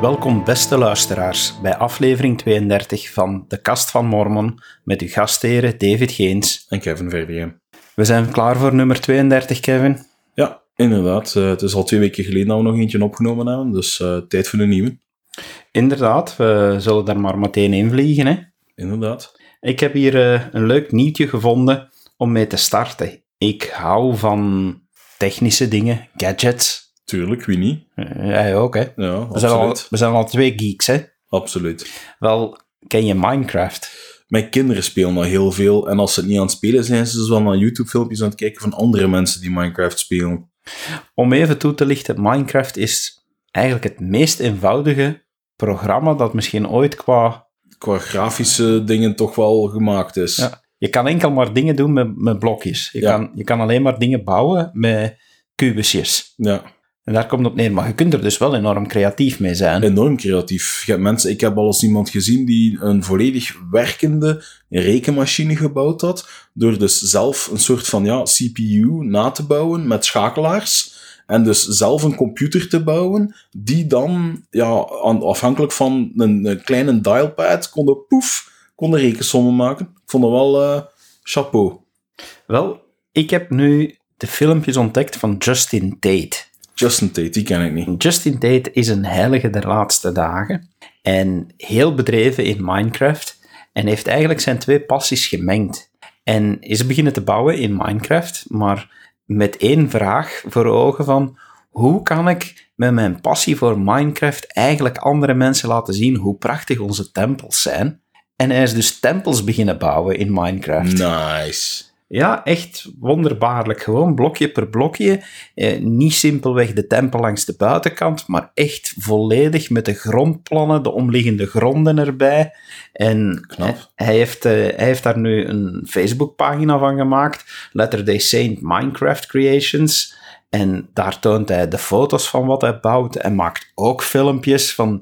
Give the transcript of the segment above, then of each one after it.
Welkom beste luisteraars bij aflevering 32 van De Kast van Mormon met uw gastheren David Geens en Kevin Verdier. We zijn klaar voor nummer 32, Kevin. Ja, inderdaad. Het is al 2 weken geleden dat we nog eentje opgenomen hebben, dus tijd voor een nieuwe. Inderdaad, we zullen daar maar meteen in vliegen, hè. Inderdaad. Ik heb hier een leuk nieuwtje gevonden om mee te starten. Ik hou van technische dingen, gadgets. Tuurlijk, wie niet? Jij ook, hè? Ja, we zijn al 2 geeks, hè? Absoluut. Wel, ken je Minecraft? Mijn kinderen spelen nog heel veel en als ze het niet aan het spelen zijn, ze dus wel naar YouTube-filmpjes aan het kijken van andere mensen die Minecraft spelen. Om even toe te lichten, Minecraft is eigenlijk het meest eenvoudige programma dat misschien ooit qua grafische dingen toch wel gemaakt is. Ja, je kan enkel maar dingen doen met blokjes. Je kan alleen maar dingen bouwen met kubusjes. Ja. En daar komt het op neer. Maar je kunt er dus wel enorm creatief mee zijn. Enorm creatief. Je hebt mensen, ik heb al eens iemand gezien die een volledig werkende rekenmachine gebouwd had, door dus zelf een soort van CPU na te bouwen met schakelaars. En dus zelf een computer te bouwen, die dan, afhankelijk van een kleine dialpad, kon rekensommen maken. Ik vond dat wel chapeau. Wel, ik heb nu de filmpjes ontdekt van Justin Tate. Justin Tate, die ken ik niet. Justin Tate is een heilige der laatste dagen. En heel bedreven in Minecraft. En heeft eigenlijk zijn 2 passies gemengd. En is beginnen te bouwen in Minecraft, maar met 1 vraag voor ogen van: hoe kan ik met mijn passie voor Minecraft eigenlijk andere mensen laten zien hoe prachtig onze tempels zijn? En hij is dus tempels beginnen bouwen in Minecraft. Nice. Ja, echt wonderbaarlijk. Gewoon blokje per blokje. Niet simpelweg de tempel langs de buitenkant, maar echt volledig met de grondplannen, de omliggende gronden erbij. En knap. Hij heeft daar nu een Facebookpagina van gemaakt. Latter-day Saint Minecraft Creations. En daar toont hij de foto's van wat hij bouwt. En maakt ook filmpjes van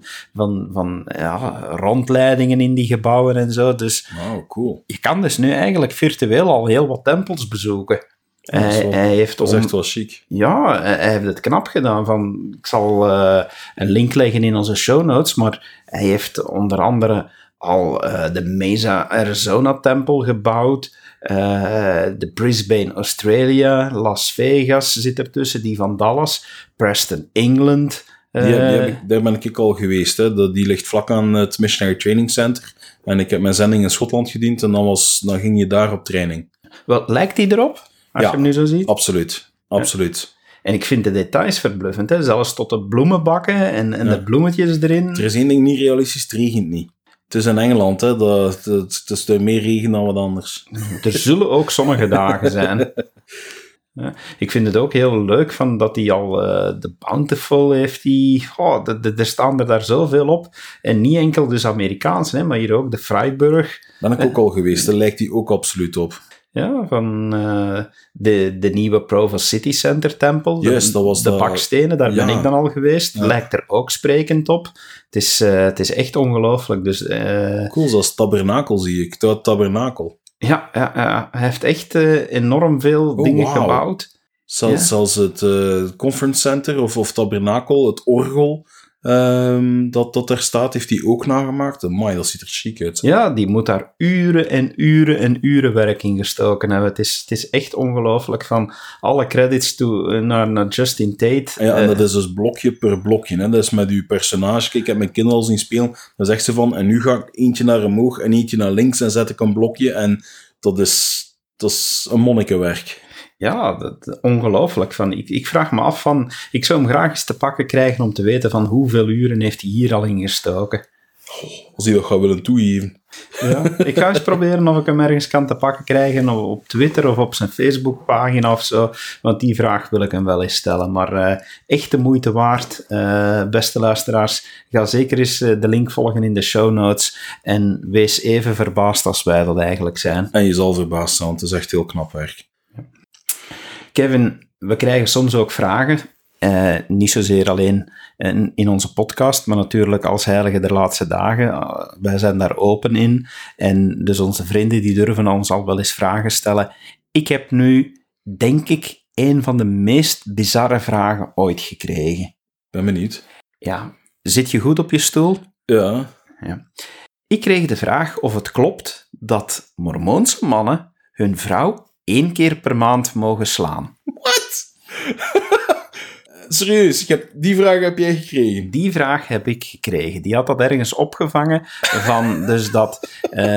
rondleidingen in die gebouwen en zo. Dus cool. Je kan dus nu eigenlijk virtueel al heel wat tempels bezoeken. Dat is echt wel chic. Ja, hij heeft het knap gedaan. Ik zal een link leggen in onze show notes, maar hij heeft onder andere al de Mesa Arizona tempel gebouwd. De Brisbane, Australia, Las Vegas zit ertussen, die van Dallas, Preston, England. Daar ben ik al geweest. Hè. Die ligt vlak aan het Missionary Training Center. En ik heb mijn zending in Schotland gediend en dan ging je daar op training. Wel, lijkt die erop? Als je hem nu zo ziet? Absoluut. Absoluut. Ja. En ik vind de details verbluffend. Hè. Zelfs tot de bloemenbakken en de bloemetjes erin. Er is 1 ding niet realistisch, het regent niet. Het is in Engeland, hè. Het is meer regen dan wat anders. Er zullen ook zonnige dagen zijn. Ja, ik vind het ook heel leuk dat hij al de Bountiful heeft. Er staan er daar zoveel op. En niet enkel dus Amerikaans, hè, maar hier ook de Freiburg. Ben ik ook al geweest, daar lijkt hij ook absoluut op. Ja, van de nieuwe Provo City Center tempel. Juist, dat was de bakstenen, daar ben ik dan al geweest. Ja. Lijkt er ook sprekend op. Het is echt ongelooflijk. Dus, cool, zoals tabernakel zie ik. Het tabernakel. Ja, hij heeft echt enorm veel dingen gebouwd. Zelfs het conference center of tabernakel, het orgel dat er staat, heeft hij ook nagemaakt. Amai, dat ziet er chic uit. Ja, die moet daar uren en uren en uren werk in gestoken hebben. Het is echt ongelooflijk. Van alle credits toe naar Justin Tate. Ja, en dat is dus blokje per blokje. Hè. Dat is met uw personage. Kijk, ik heb mijn kinderen al zien spelen. Dan zegt ze van, en nu ga ik eentje naar omhoog en eentje naar links en zet ik een blokje. En dat is een monnikenwerk. Ja, ongelooflijk. Ik vraag me af ik zou hem graag eens te pakken krijgen om te weten van hoeveel uren heeft hij hier al in gestoken. Als hij dat gaat willen toegeven. Ja, ik ga eens proberen of ik hem ergens kan te pakken krijgen op Twitter of op zijn Facebookpagina of zo, want die vraag wil ik hem wel eens stellen. Maar echt de moeite waard, beste luisteraars. Ga zeker eens de link volgen in de show notes en wees even verbaasd als wij dat eigenlijk zijn. En je zal verbaasd zijn, want het is echt heel knap werk. Kevin, we krijgen soms ook vragen. Niet zozeer alleen in onze podcast, maar natuurlijk als heilige der laatste dagen. Wij zijn daar open in. En dus onze vrienden die durven ons al wel eens vragen stellen. Ik heb nu, denk ik, een van de meest bizarre vragen ooit gekregen. Ben benieuwd. Ja, Zit je goed op je stoel? Ja. Ja. Ik kreeg de vraag of het klopt dat Mormoonse mannen hun vrouw 1 keer per maand mogen slaan. Wat? Serieus, die vraag heb jij gekregen? Die vraag heb ik gekregen. Die had dat ergens opgevangen van dus dat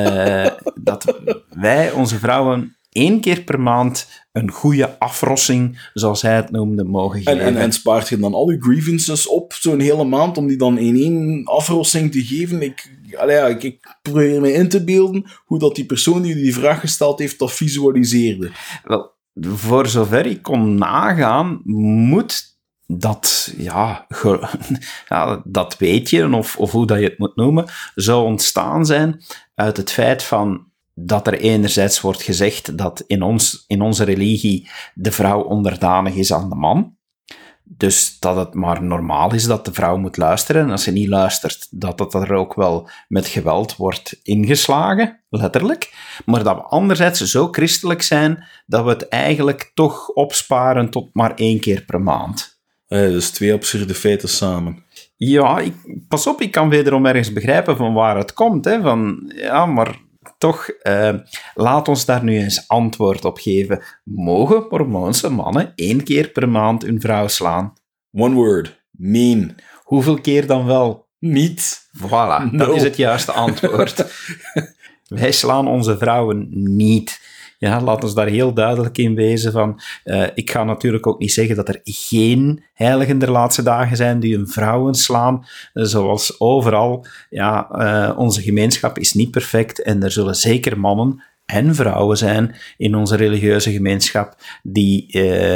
wij onze vrouwen 1 keer per maand een goede afrossing, zoals hij het noemde, mogen geven. En spaart je dan al je grievances op zo'n hele maand om die dan in 1 afrossing te geven? Ik probeer me in te beelden hoe dat die persoon die vraag gesteld heeft dat visualiseerde. Wel, voor zover ik kon nagaan, moet dat, dat weetje, of hoe dat je het moet noemen, zou ontstaan zijn uit het feit van dat er enerzijds wordt gezegd dat in onze religie de vrouw onderdanig is aan de man. Dus dat het maar normaal is dat de vrouw moet luisteren. En als ze niet luistert, dat er ook wel met geweld wordt ingeslagen, letterlijk. Maar dat we anderzijds zo christelijk zijn dat we het eigenlijk toch opsparen tot maar 1 keer per maand. Dus 2 absurde feiten samen. Ja, pas op, ik kan wederom ergens begrijpen van waar het komt. Hè, maar toch, laat ons daar nu eens antwoord op geven. Mogen Mormoonse mannen 1 keer per maand hun vrouw slaan? One word. Mean. Hoeveel keer dan wel? Niet. Voilà, dat is het juiste antwoord. Wij slaan onze vrouwen niet. Ja, laat ons daar heel duidelijk in wezen van... ik ga natuurlijk ook niet zeggen dat er geen heiligen der laatste dagen zijn die hun vrouwen slaan. Zoals overal. Ja, onze gemeenschap is niet perfect en er zullen zeker mannen en vrouwen zijn in onze religieuze gemeenschap die...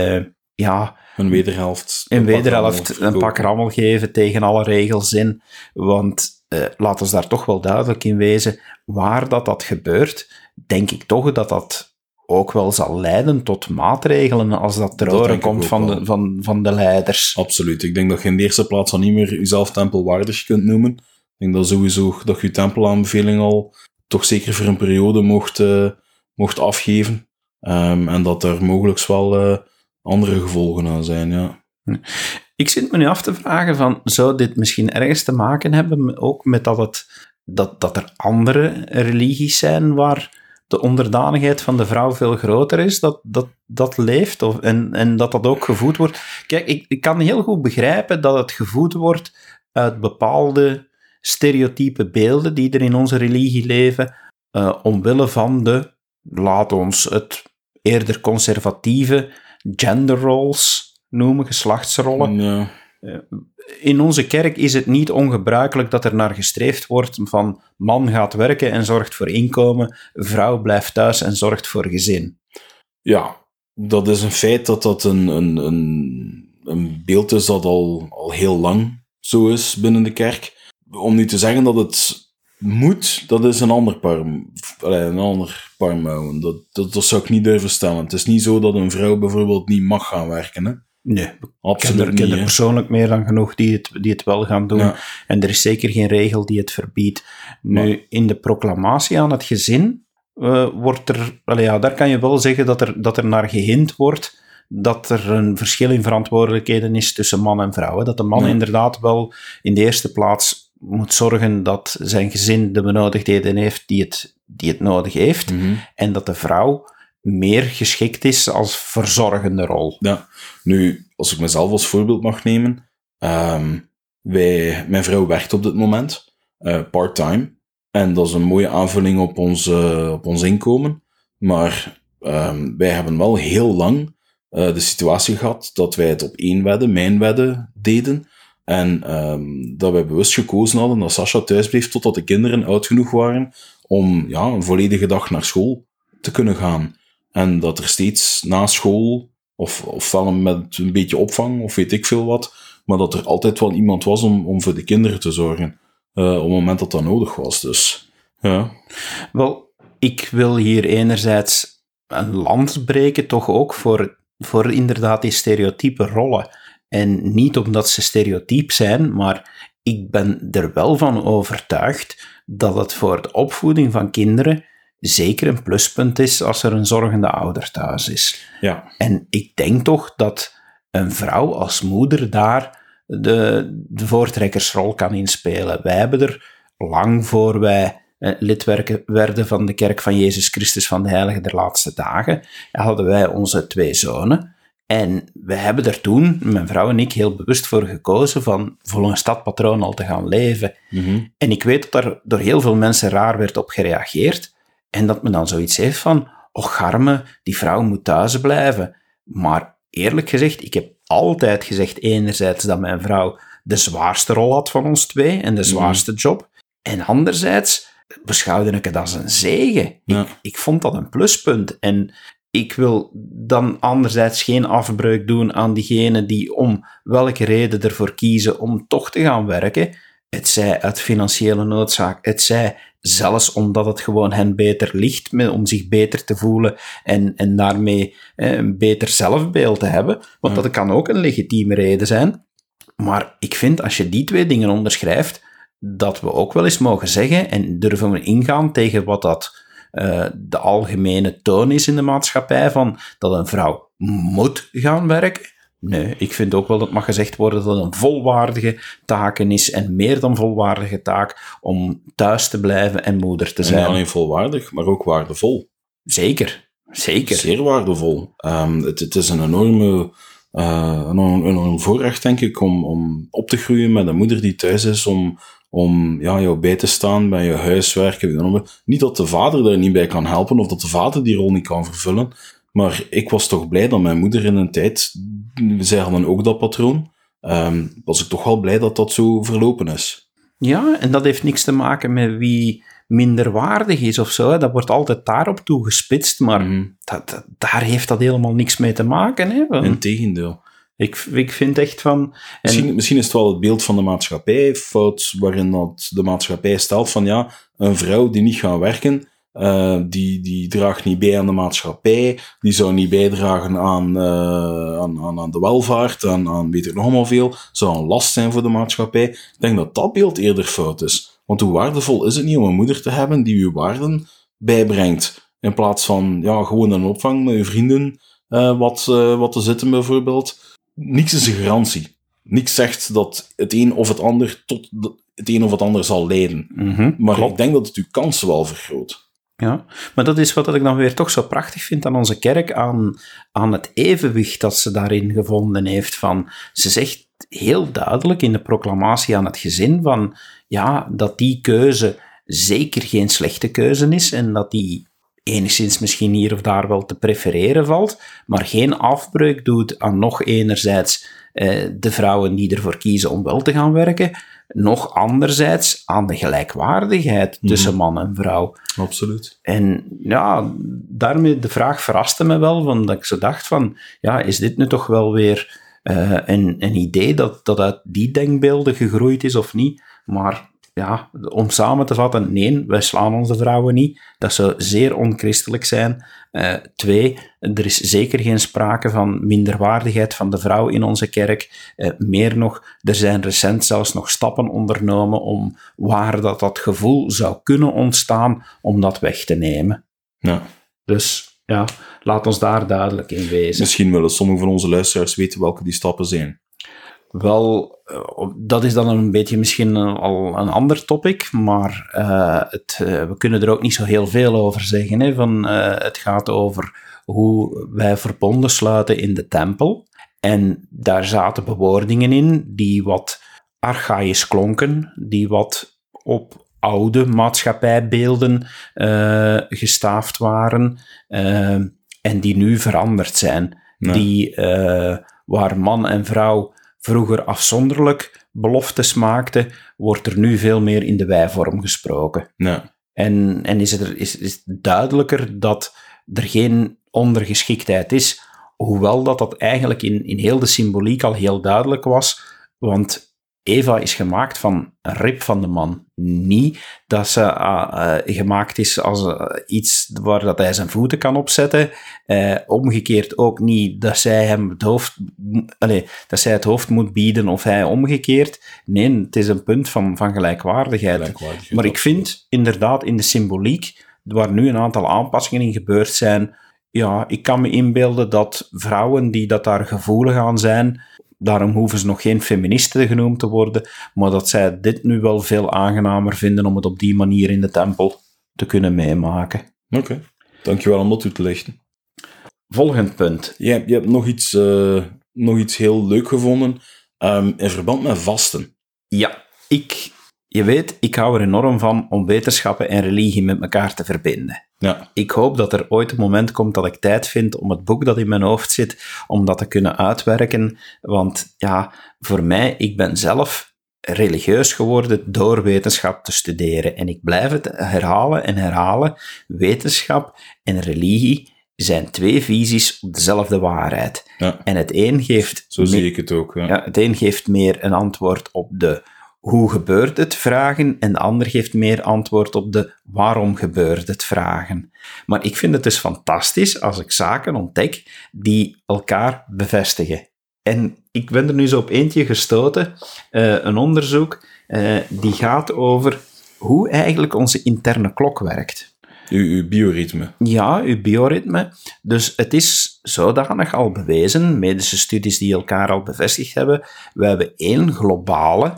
Een wederhelft een pak rammel geven tegen alle regels in. Want laat ons daar toch wel duidelijk in wezen. Waar dat gebeurt, denk ik toch dat ook wel zal leiden tot maatregelen als dat ter oren komt van de leiders. Absoluut. Ik denk dat je in de eerste plaats al niet meer jezelf tempelwaardig kunt noemen. Ik denk dat sowieso dat je tempelaanbeveling al toch zeker voor een periode mocht afgeven. En dat er mogelijk wel andere gevolgen aan zijn, ja. Ik zit me nu af te vragen van, zou dit misschien ergens te maken hebben ook met dat er andere religies zijn waar de onderdanigheid van de vrouw veel groter is, dat leeft en dat ook gevoed wordt. Kijk, ik kan heel goed begrijpen dat het gevoed wordt uit bepaalde stereotype beelden die er in onze religie leven, omwille van laat ons het eerder conservatieve gender roles noemen, geslachtsrollen. Ja. In onze kerk is het niet ongebruikelijk dat er naar gestreefd wordt van man gaat werken en zorgt voor inkomen, vrouw blijft thuis en zorgt voor gezin. Ja, dat is een feit dat een beeld is dat al heel lang zo is binnen de kerk. Om nu te zeggen dat het moet, dat is een ander paar mouwen. Dat zou ik niet durven stellen. Het is niet zo dat een vrouw bijvoorbeeld niet mag gaan werken, hè? Nee, absoluut niet. Ik ken er persoonlijk meer dan genoeg die het wel gaan doen. Ja. En er is zeker geen regel die het verbiedt. Nu, in de proclamatie aan het gezin wordt er... daar kan je wel zeggen dat er naar gehind wordt dat er een verschil in verantwoordelijkheden is tussen man en vrouw. Hè? Dat de man inderdaad wel in de eerste plaats moet zorgen dat zijn gezin de benodigdheden heeft die het nodig heeft. Mm-hmm. En dat de vrouw meer geschikt is als verzorgende rol. Ja, nu, als ik mezelf als voorbeeld mag nemen, mijn vrouw werkt op dit moment, part-time, en dat is een mooie aanvulling op ons inkomen, maar wij hebben wel heel lang de situatie gehad dat wij het op mijn wedden, deden, en dat wij bewust gekozen hadden dat Sascha thuis bleef totdat de kinderen oud genoeg waren om een volledige dag naar school te kunnen gaan. En dat er steeds na school, ofwel met een beetje opvang, of weet ik veel wat, maar dat er altijd wel iemand was om voor de kinderen te zorgen. Op het moment dat dat nodig was. Dus, ja. Wel, ik wil hier enerzijds een lans breken, toch ook voor inderdaad die stereotype rollen. En niet omdat ze stereotyp zijn, maar ik ben er wel van overtuigd dat het voor de opvoeding van kinderen zeker een pluspunt is als er een zorgende ouder thuis is. Ja. En ik denk toch dat een vrouw als moeder daar de voortrekkersrol kan inspelen. Wij hebben er lang voor wij lid werden van de Kerk van Jezus Christus van de Heilige der Laatste Dagen, hadden wij onze 2 zonen. En we hebben er toen, mijn vrouw en ik, heel bewust voor gekozen van volgens dat patroon al te gaan leven. Mm-hmm. En ik weet dat er door heel veel mensen raar werd op gereageerd. En dat men dan zoiets heeft van, och arme, die vrouw moet thuis blijven. Maar eerlijk gezegd, ik heb altijd gezegd enerzijds dat mijn vrouw de zwaarste rol had van ons 2 en de zwaarste job. En anderzijds beschouwde ik het als een zegen. Ja. Ik vond dat een pluspunt. En ik wil dan anderzijds geen afbreuk doen aan diegenen die om welke reden ervoor kiezen om toch te gaan werken. Het zij uit financiële noodzaak, het zij zelfs omdat het gewoon hen beter ligt, om zich beter te voelen en daarmee een beter zelfbeeld te hebben. Want dat kan ook een legitieme reden zijn. Maar ik vind, als je die 2 dingen onderschrijft, dat we ook wel eens mogen zeggen en durven we ingaan tegen wat dat de algemene toon is in de maatschappij, van dat een vrouw moet gaan werken. Nee, ik vind ook wel dat mag gezegd worden dat het een volwaardige taak is en meer dan volwaardige taak om thuis te blijven en moeder te zijn. En niet alleen volwaardig, maar ook waardevol. Zeker. Zeer waardevol. Het is een enorm voorrecht, denk ik, om op te groeien met een moeder die thuis is, om jou bij te staan bij je huiswerk. Niet dat de vader daar niet bij kan helpen, of dat de vader die rol niet kan vervullen, maar ik was toch blij dat mijn moeder in een tijd, zij hadden ook dat patroon, was ik toch wel blij dat dat zo verlopen is. Ja, en dat heeft niks te maken met wie minderwaardig is of zo. Hè. Dat wordt altijd daarop toegespitst, maar daar heeft dat helemaal niks mee te maken. Hè. Integendeel. Ik vind echt van... Misschien is het wel het beeld van de maatschappij fout, waarin dat de maatschappij stelt van ja, een vrouw die niet gaat werken, die draagt niet bij aan de maatschappij, die zou niet bijdragen aan de welvaart, aan weet ik nog allemaal veel, zou een last zijn voor de maatschappij. Ik denk dat dat beeld eerder fout is. Want hoe waardevol is het niet om een moeder te hebben die je waarden bijbrengt, in plaats van gewoon een opvang met je vrienden, wat te zitten bijvoorbeeld. Niks is een garantie. Niks zegt dat het een of het ander tot het een of het ander zal leiden. Maar klopt. Ik denk dat het uw kansen wel vergroot. Ja, maar dat is wat ik dan weer toch zo prachtig vind aan onze kerk, aan het evenwicht dat ze daarin gevonden heeft. Ze zegt heel duidelijk in de proclamatie aan het gezin van, dat die keuze zeker geen slechte keuze is en dat die enigszins misschien hier of daar wel te prefereren valt, maar geen afbreuk doet aan nog enerzijds de vrouwen die ervoor kiezen om wel te gaan werken, nog anderzijds aan de gelijkwaardigheid tussen man en vrouw. Absoluut. En daarmee de vraag verraste me wel, want dat ik zo dacht van, is dit nu toch wel weer een idee dat uit die denkbeelden gegroeid is of niet? Maar om samen te vatten, nee, wij slaan onze vrouwen niet. Dat zou zeer onchristelijk zijn. 2, er is zeker geen sprake van minderwaardigheid van de vrouw in onze kerk. Meer nog, er zijn recent zelfs nog stappen ondernomen om waar dat gevoel zou kunnen ontstaan, om dat weg te nemen. Ja. Dus laat ons daar duidelijk in wezen. Misschien willen sommige van onze luisteraars weten welke die stappen zijn. Wel, dat is dan een beetje misschien al een ander topic, maar we kunnen er ook niet zo heel veel over zeggen. Hè, het gaat over hoe wij verbonden sluiten in de tempel. En daar zaten bewoordingen in die wat archaïs klonken, die wat op oude maatschappijbeelden gestaafd waren en die nu veranderd zijn. Nee. Die waar man en vrouw vroeger afzonderlijk beloftes maakten, wordt er nu veel meer in de wij-vorm gesproken. Ja. En is het duidelijker dat er geen ondergeschiktheid is, hoewel dat eigenlijk in heel de symboliek al heel duidelijk was, want Eva is gemaakt van een rib van de man. Niet dat ze gemaakt is als iets waar dat hij zijn voeten kan opzetten. Omgekeerd ook niet dat zij hem het hoofd moet bieden of hij omgekeerd. Nee, het is een punt van gelijkwaardigheid. Maar ik vind inderdaad in de symboliek, waar nu een aantal aanpassingen in gebeurd zijn, ik kan me inbeelden dat vrouwen die dat daar gevoelig aan zijn, daarom hoeven ze nog geen feministen genoemd te worden, maar dat zij dit nu wel veel aangenamer vinden om het op die manier in de tempel te kunnen meemaken. Oké. Dankjewel om dat uit te lichten. Volgend punt. Je hebt nog iets heel leuk gevonden in verband met vasten. Ja, je weet, ik hou er enorm van om wetenschappen en religie met elkaar te verbinden. Ja. Ik hoop dat er ooit een moment komt dat ik tijd vind om het boek dat in mijn hoofd zit, om dat te kunnen uitwerken. Want ja, voor mij, ik ben zelf religieus geworden door wetenschap te studeren. En ik blijf het herhalen en herhalen. Wetenschap en religie zijn twee visies op dezelfde waarheid. Ja. En het een geeft... Zo zie ik het ook. Ja. Ja, het een geeft meer een antwoord op de hoe gebeurt het vragen en de ander geeft meer antwoord op de waarom gebeurt het vragen. Maar ik vind het dus fantastisch als ik zaken ontdek die elkaar bevestigen. En ik ben er nu zo op eentje gestoten, een onderzoek die gaat over hoe eigenlijk onze interne klok werkt. Uw bioritme. Ja, uw bioritme. Dus het is zodanig al bewezen, medische studies die elkaar al bevestigd hebben, we hebben één globale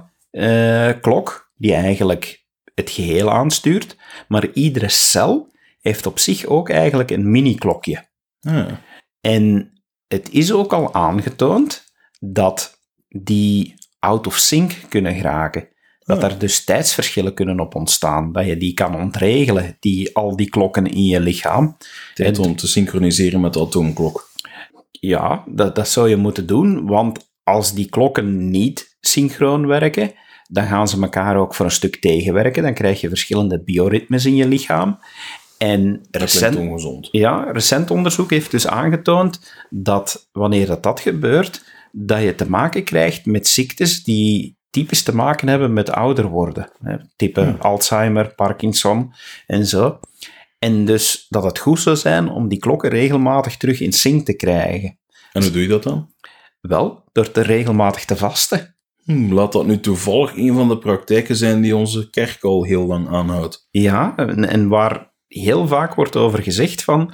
klok die eigenlijk het geheel aanstuurt, maar iedere cel heeft op zich ook eigenlijk een mini-klokje. Ah. En het is ook al aangetoond dat die out of sync kunnen geraken. Dat er dus tijdsverschillen kunnen op ontstaan, dat je die kan ontregelen, al die klokken in je lichaam. Tijd om te synchroniseren met de atoomklok. Ja, dat zou je moeten doen, want als die klokken niet synchroon werken, dan gaan ze elkaar ook voor een stuk tegenwerken. Dan krijg je verschillende bioritmes in je lichaam. En Dat klinkt ongezond. Ja, recent onderzoek heeft dus aangetoond dat wanneer dat gebeurt, dat je te maken krijgt met ziektes die typisch te maken hebben met ouder worden. Type Alzheimer, Parkinson en zo. En dus dat het goed zou zijn om die klokken regelmatig terug in sync te krijgen. En hoe doe je dat dan? Wel, door te regelmatig te vasten. Laat dat nu toevallig een van de praktijken zijn die onze kerk al heel lang aanhoudt. Ja, en waar heel vaak wordt over gezegd van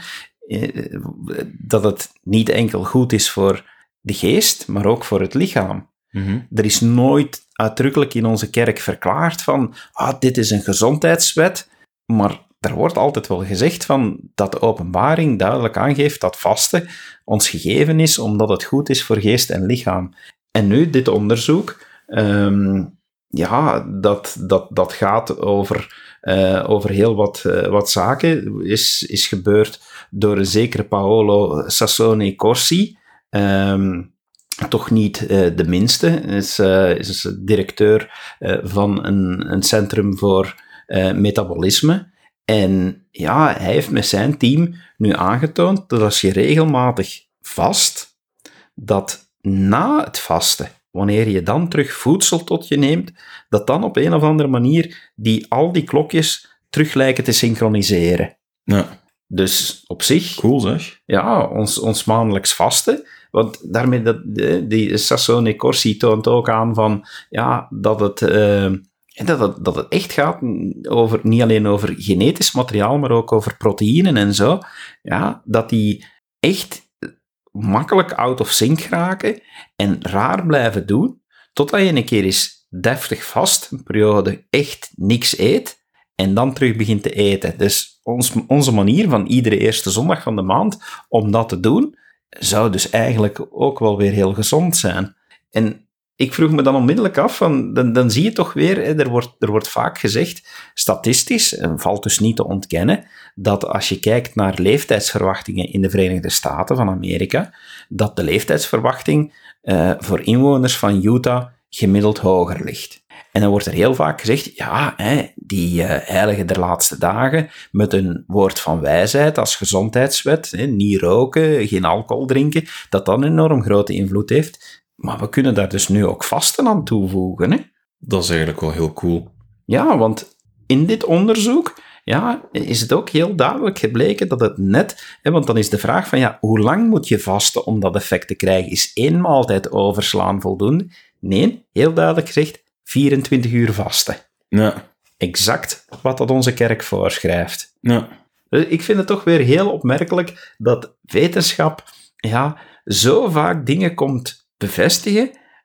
dat het niet enkel goed is voor de geest, maar ook voor het lichaam. Mm-hmm. Er is nooit uitdrukkelijk in onze kerk verklaard van dit is een gezondheidswet, maar er wordt altijd wel gezegd van dat de openbaring duidelijk aangeeft dat vasten ons gegeven is omdat het goed is voor geest en lichaam. En nu, dit onderzoek, dat gaat over heel wat zaken, is gebeurd door een zekere Paolo Sassone Corsi, toch niet de minste, is directeur van een centrum voor metabolisme. En ja, hij heeft met zijn team nu aangetoond dat als je regelmatig vast, dat na het vasten, wanneer je dan terug voedsel tot je neemt, dat dan op een of andere manier al die klokjes terug lijken te synchroniseren. Ja. Dus op zich... Cool zeg. Ja, ons maandelijks vasten. Want daarmee, die Sassone Corsi toont ook aan van, ja, dat het echt gaat over, niet alleen over genetisch materiaal, maar ook over proteïnen en zo. Ja, dat die echt makkelijk out of sync raken en raar blijven doen, totdat je een keer eens deftig vast, een periode echt niks eet, en dan terug begint te eten. Dus onze manier van iedere eerste zondag van de maand om dat te doen, zou dus eigenlijk ook wel weer heel gezond zijn. En ik vroeg me dan onmiddellijk af, dan zie je toch weer, er wordt vaak gezegd, statistisch, en valt dus niet te ontkennen, dat als je kijkt naar leeftijdsverwachtingen in de Verenigde Staten van Amerika, dat de leeftijdsverwachting voor inwoners van Utah gemiddeld hoger ligt. En dan wordt er heel vaak gezegd, ja, die heiligen der laatste dagen, met een woord van wijsheid als gezondheidswet, niet roken, geen alcohol drinken, dat een enorm grote invloed heeft. Maar we kunnen daar dus nu ook vasten aan toevoegen. Hè? Dat is eigenlijk wel heel cool. Ja, want in dit onderzoek is het ook heel duidelijk gebleken dat het net... want dan is de vraag van, hoe lang moet je vasten om dat effect te krijgen? Is 1 maaltijd overslaan voldoende? Nee, heel duidelijk gezegd, 24 uur vasten. Ja. Exact wat dat onze kerk voorschrijft. Ja. Dus ik vind het toch weer heel opmerkelijk dat wetenschap zo vaak dingen komt bevestigen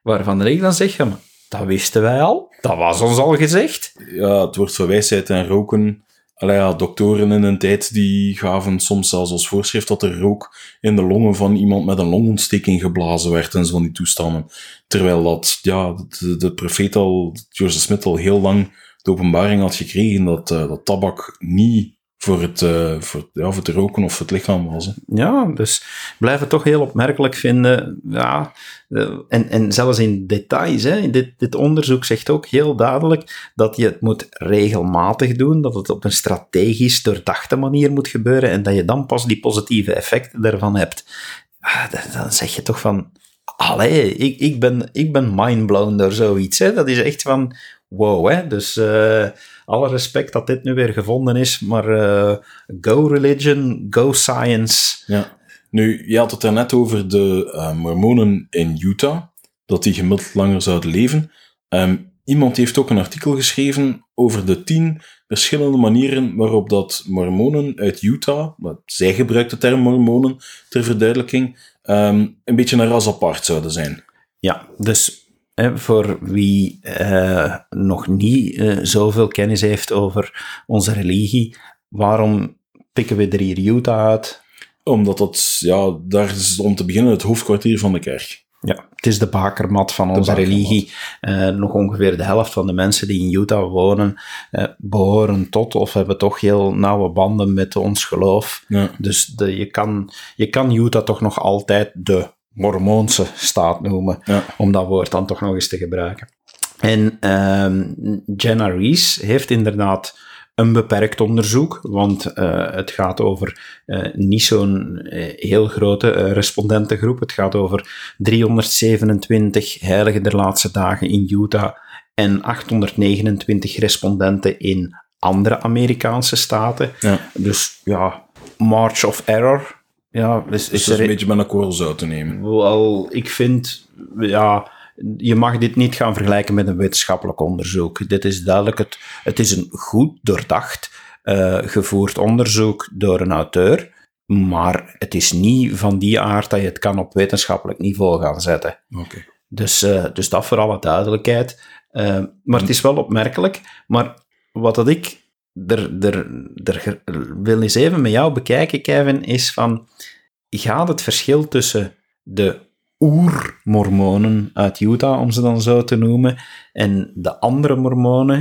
Waarvan ik dan zeg, ja, maar dat wisten wij al. Dat was ons al gezegd. Ja, het wordt van wijsheid en roken. Allee, ja, doktoren in een tijd die gaven soms zelfs als voorschrift dat er rook in de longen van iemand met een longontsteking geblazen werd en zo van die toestanden. Terwijl dat, ja, de profeet al, Joseph Smith, al heel lang de openbaring had gekregen dat tabak niet voor het roken of het lichaam was. Hè. Ja, dus ik blijf het toch heel opmerkelijk vinden. Ja, en zelfs in details. Hè. Dit onderzoek zegt ook heel duidelijk dat je het moet regelmatig doen, dat het op een strategisch doordachte manier moet gebeuren en dat je dan pas die positieve effecten ervan hebt. Dan zeg je toch van... Allee, ik ben mindblown door zoiets. Hè. Dat is echt van... Wow, hè. Dus... alle respect dat dit nu weer gevonden is, maar go religion, go science. Ja. Nu, je had het daarnet over de mormonen in Utah, dat die gemiddeld langer zouden leven. Iemand heeft ook een artikel geschreven over de 10 verschillende manieren waarop dat mormonen uit Utah, zij gebruikt de term mormonen ter verduidelijking, een beetje een ras apart zouden zijn. Ja, dus... voor wie nog niet zoveel kennis heeft over onze religie, waarom pikken we er hier Utah uit? Omdat dat, daar is om te beginnen het hoofdkwartier van de kerk. Ja, het is de bakermat van onze religie. Nog ongeveer de helft van de mensen die in Utah wonen, behoren tot of hebben toch heel nauwe banden met ons geloof. Ja. Dus je kan Utah toch nog altijd de Mormoonse staat noemen, om dat woord dan toch nog eens te gebruiken. En Jenna Rees heeft inderdaad een beperkt onderzoek, want het gaat over niet zo'n heel grote respondentengroep. Het gaat over 327 heiligen der laatste dagen in Utah en 829 respondenten in andere Amerikaanse staten. Ja. Dus ja, march of error. Ja, dus is er een beetje met een korrel uit te nemen. Wel, ik vind, je mag dit niet gaan vergelijken met een wetenschappelijk onderzoek. Dit is duidelijk, het is een goed doordacht, gevoerd onderzoek door een auteur, maar het is niet van die aard dat je het kan op wetenschappelijk niveau gaan zetten. Okay. Dus dat voor alle duidelijkheid. Maar het is wel opmerkelijk, maar wat dat ik wil eens even met jou bekijken, Kevin, is van, gaat het verschil tussen de oer-mormonen uit Utah, om ze dan zo te noemen, en de andere mormonen,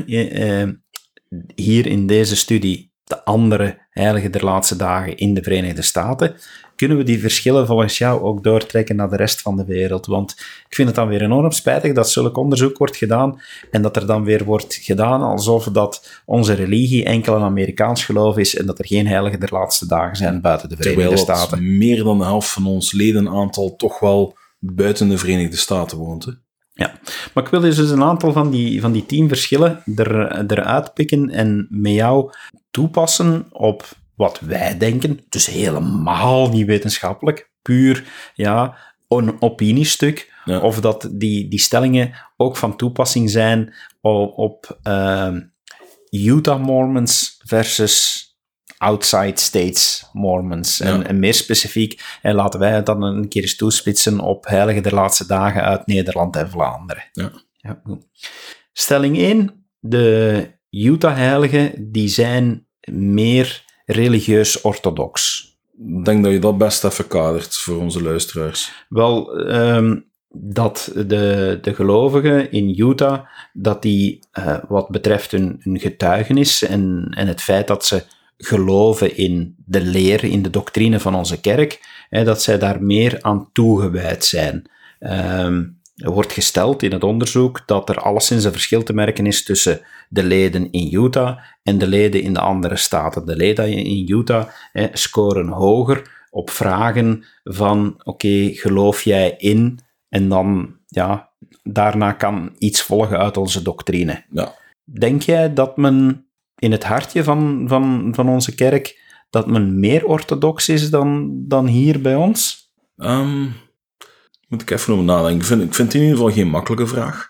hier in deze studie, de andere heiligen der laatste dagen in de Verenigde Staten, kunnen we die verschillen volgens jou ook doortrekken naar de rest van de wereld? Want ik vind het dan weer enorm spijtig dat zulk onderzoek wordt gedaan en dat er dan weer wordt gedaan alsof dat onze religie enkel een Amerikaans geloof is en dat er geen heiligen der laatste dagen zijn buiten de Verenigde Staten. Terwijl meer dan de helft van ons ledenaantal toch wel buiten de Verenigde Staten woont. Hè? Ja, maar ik wil dus een aantal van die 10 verschillen eruit pikken en met jou toepassen op wat wij denken, dus helemaal niet wetenschappelijk, puur een opiniestuk, of dat die stellingen ook van toepassing zijn op Utah Mormons versus outside states Mormons. Ja. En meer specifiek, laten wij het dan een keer eens toespitsen op heiligen der laatste dagen uit Nederland en Vlaanderen. Ja, goed. Stelling 1, de Utah-heiligen die zijn meer religieus orthodox. Ik denk dat je dat best even kadert voor onze luisteraars. Wel, dat de gelovigen in Utah, dat die wat betreft hun getuigenis en het feit dat ze geloven in de leer, in de doctrine van onze kerk, dat zij daar meer aan toegewijd zijn. Er wordt gesteld in het onderzoek dat er alleszins een verschil te merken is tussen de leden in Utah en de leden in de andere staten. De leden in Utah scoren hoger op vragen van oké, geloof jij in? En dan, daarna kan iets volgen uit onze doctrine. Ja. Denk jij dat men in het hartje van onze kerk, dat men meer orthodox is dan hier bij ons? Moet ik even over nadenken. Ik vind het in ieder geval geen makkelijke vraag.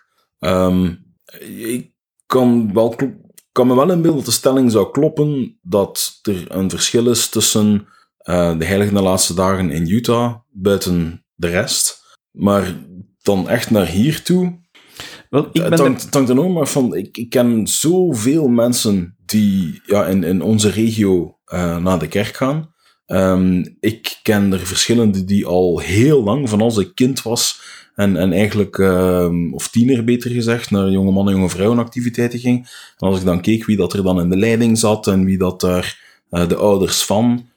Ik kan me wel inbeelden dat de stelling zou kloppen dat er een verschil is tussen de heiligen de laatste dagen in Utah buiten de rest. Maar dan echt naar hier toe... Wel, Het hangt enorm maar van... Ik ken zoveel mensen die in onze regio naar de kerk gaan. Ik ken er verschillende die al heel lang, van als ik kind was... En eigenlijk, of tiener beter gezegd, naar jonge mannen en jonge vrouwenactiviteiten ging. En als ik dan keek wie dat er dan in de leiding zat en wie dat daar de ouders van...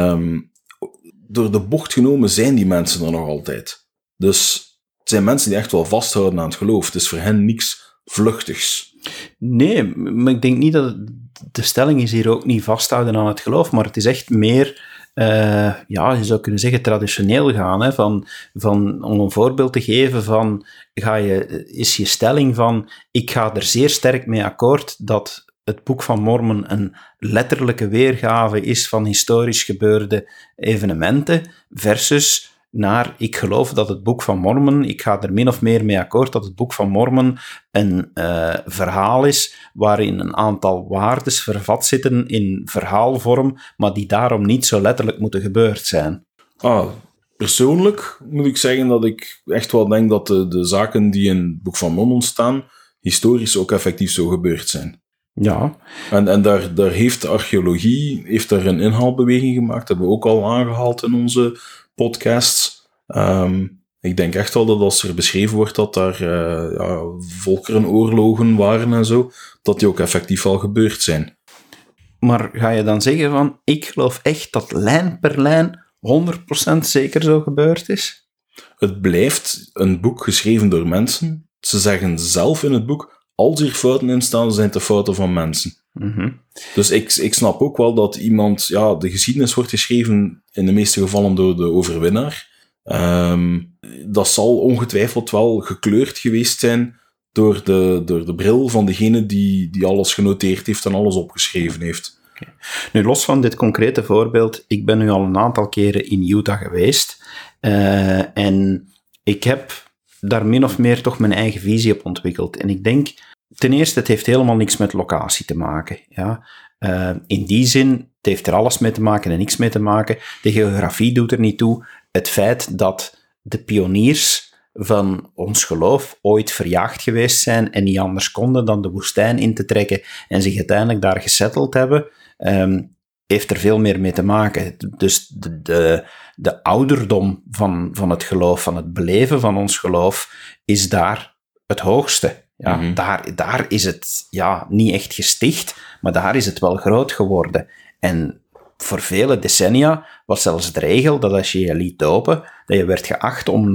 door de bocht genomen zijn die mensen er nog altijd. Dus het zijn mensen die echt wel vasthouden aan het geloof. Het is voor hen niks vluchtigs. Nee, maar ik denk niet dat... De stelling is hier ook niet vasthouden aan het geloof, maar het is echt meer... je zou kunnen zeggen traditioneel gaan. Hè, om een voorbeeld te geven van... Is je stelling van... Ik ga er zeer sterk mee akkoord dat het Boek van Mormon een letterlijke weergave is van historisch gebeurde evenementen, versus naar, ik geloof dat het Boek van Mormon, ik ga er min of meer mee akkoord dat het Boek van Mormon een verhaal is waarin een aantal waardes vervat zitten in verhaalvorm, maar die daarom niet zo letterlijk moeten gebeurd zijn. Persoonlijk moet ik zeggen dat ik echt wel denk dat de zaken die in het Boek van Mormon staan, historisch ook effectief zo gebeurd zijn. Ja. En daar heeft de archeologie daar een inhaalbeweging gemaakt. Dat hebben we ook al aangehaald in onze podcasts. Ik denk echt wel dat als er beschreven wordt dat daar volkerenoorlogen waren en zo, dat die ook effectief al gebeurd zijn. Maar ga je dan zeggen van, ik geloof echt dat lijn per lijn 100% zeker zo gebeurd is? Het blijft een boek geschreven door mensen. Ze zeggen zelf in het boek, als er fouten in staan, zijn het de fouten van mensen. Mm-hmm. Dus ik snap ook wel dat iemand... Ja, de geschiedenis wordt geschreven in de meeste gevallen door de overwinnaar. Dat zal ongetwijfeld wel gekleurd geweest zijn door de bril van degene die alles genoteerd heeft en alles opgeschreven heeft. Okay. Nu, los van dit concrete voorbeeld, ik ben nu al een aantal keren in Utah geweest. En ik heb daar min of meer toch mijn eigen visie op ontwikkeld. En ik denk, ten eerste, het heeft helemaal niks met locatie te maken. Ja? In die zin, het heeft er alles mee te maken en niks mee te maken. De geografie doet er niet toe. Het feit dat de pioniers van ons geloof ooit verjaagd geweest zijn en niet anders konden dan de woestijn in te trekken en zich uiteindelijk daar gesetteld hebben, heeft er veel meer mee te maken. Dus de ouderdom van het geloof, van het beleven van ons geloof, is daar het hoogste. Ja, mm-hmm. Daar is het niet echt gesticht, maar daar is het wel groot geworden. En voor vele decennia was zelfs de regel dat als je je liet dopen, dat je werd geacht om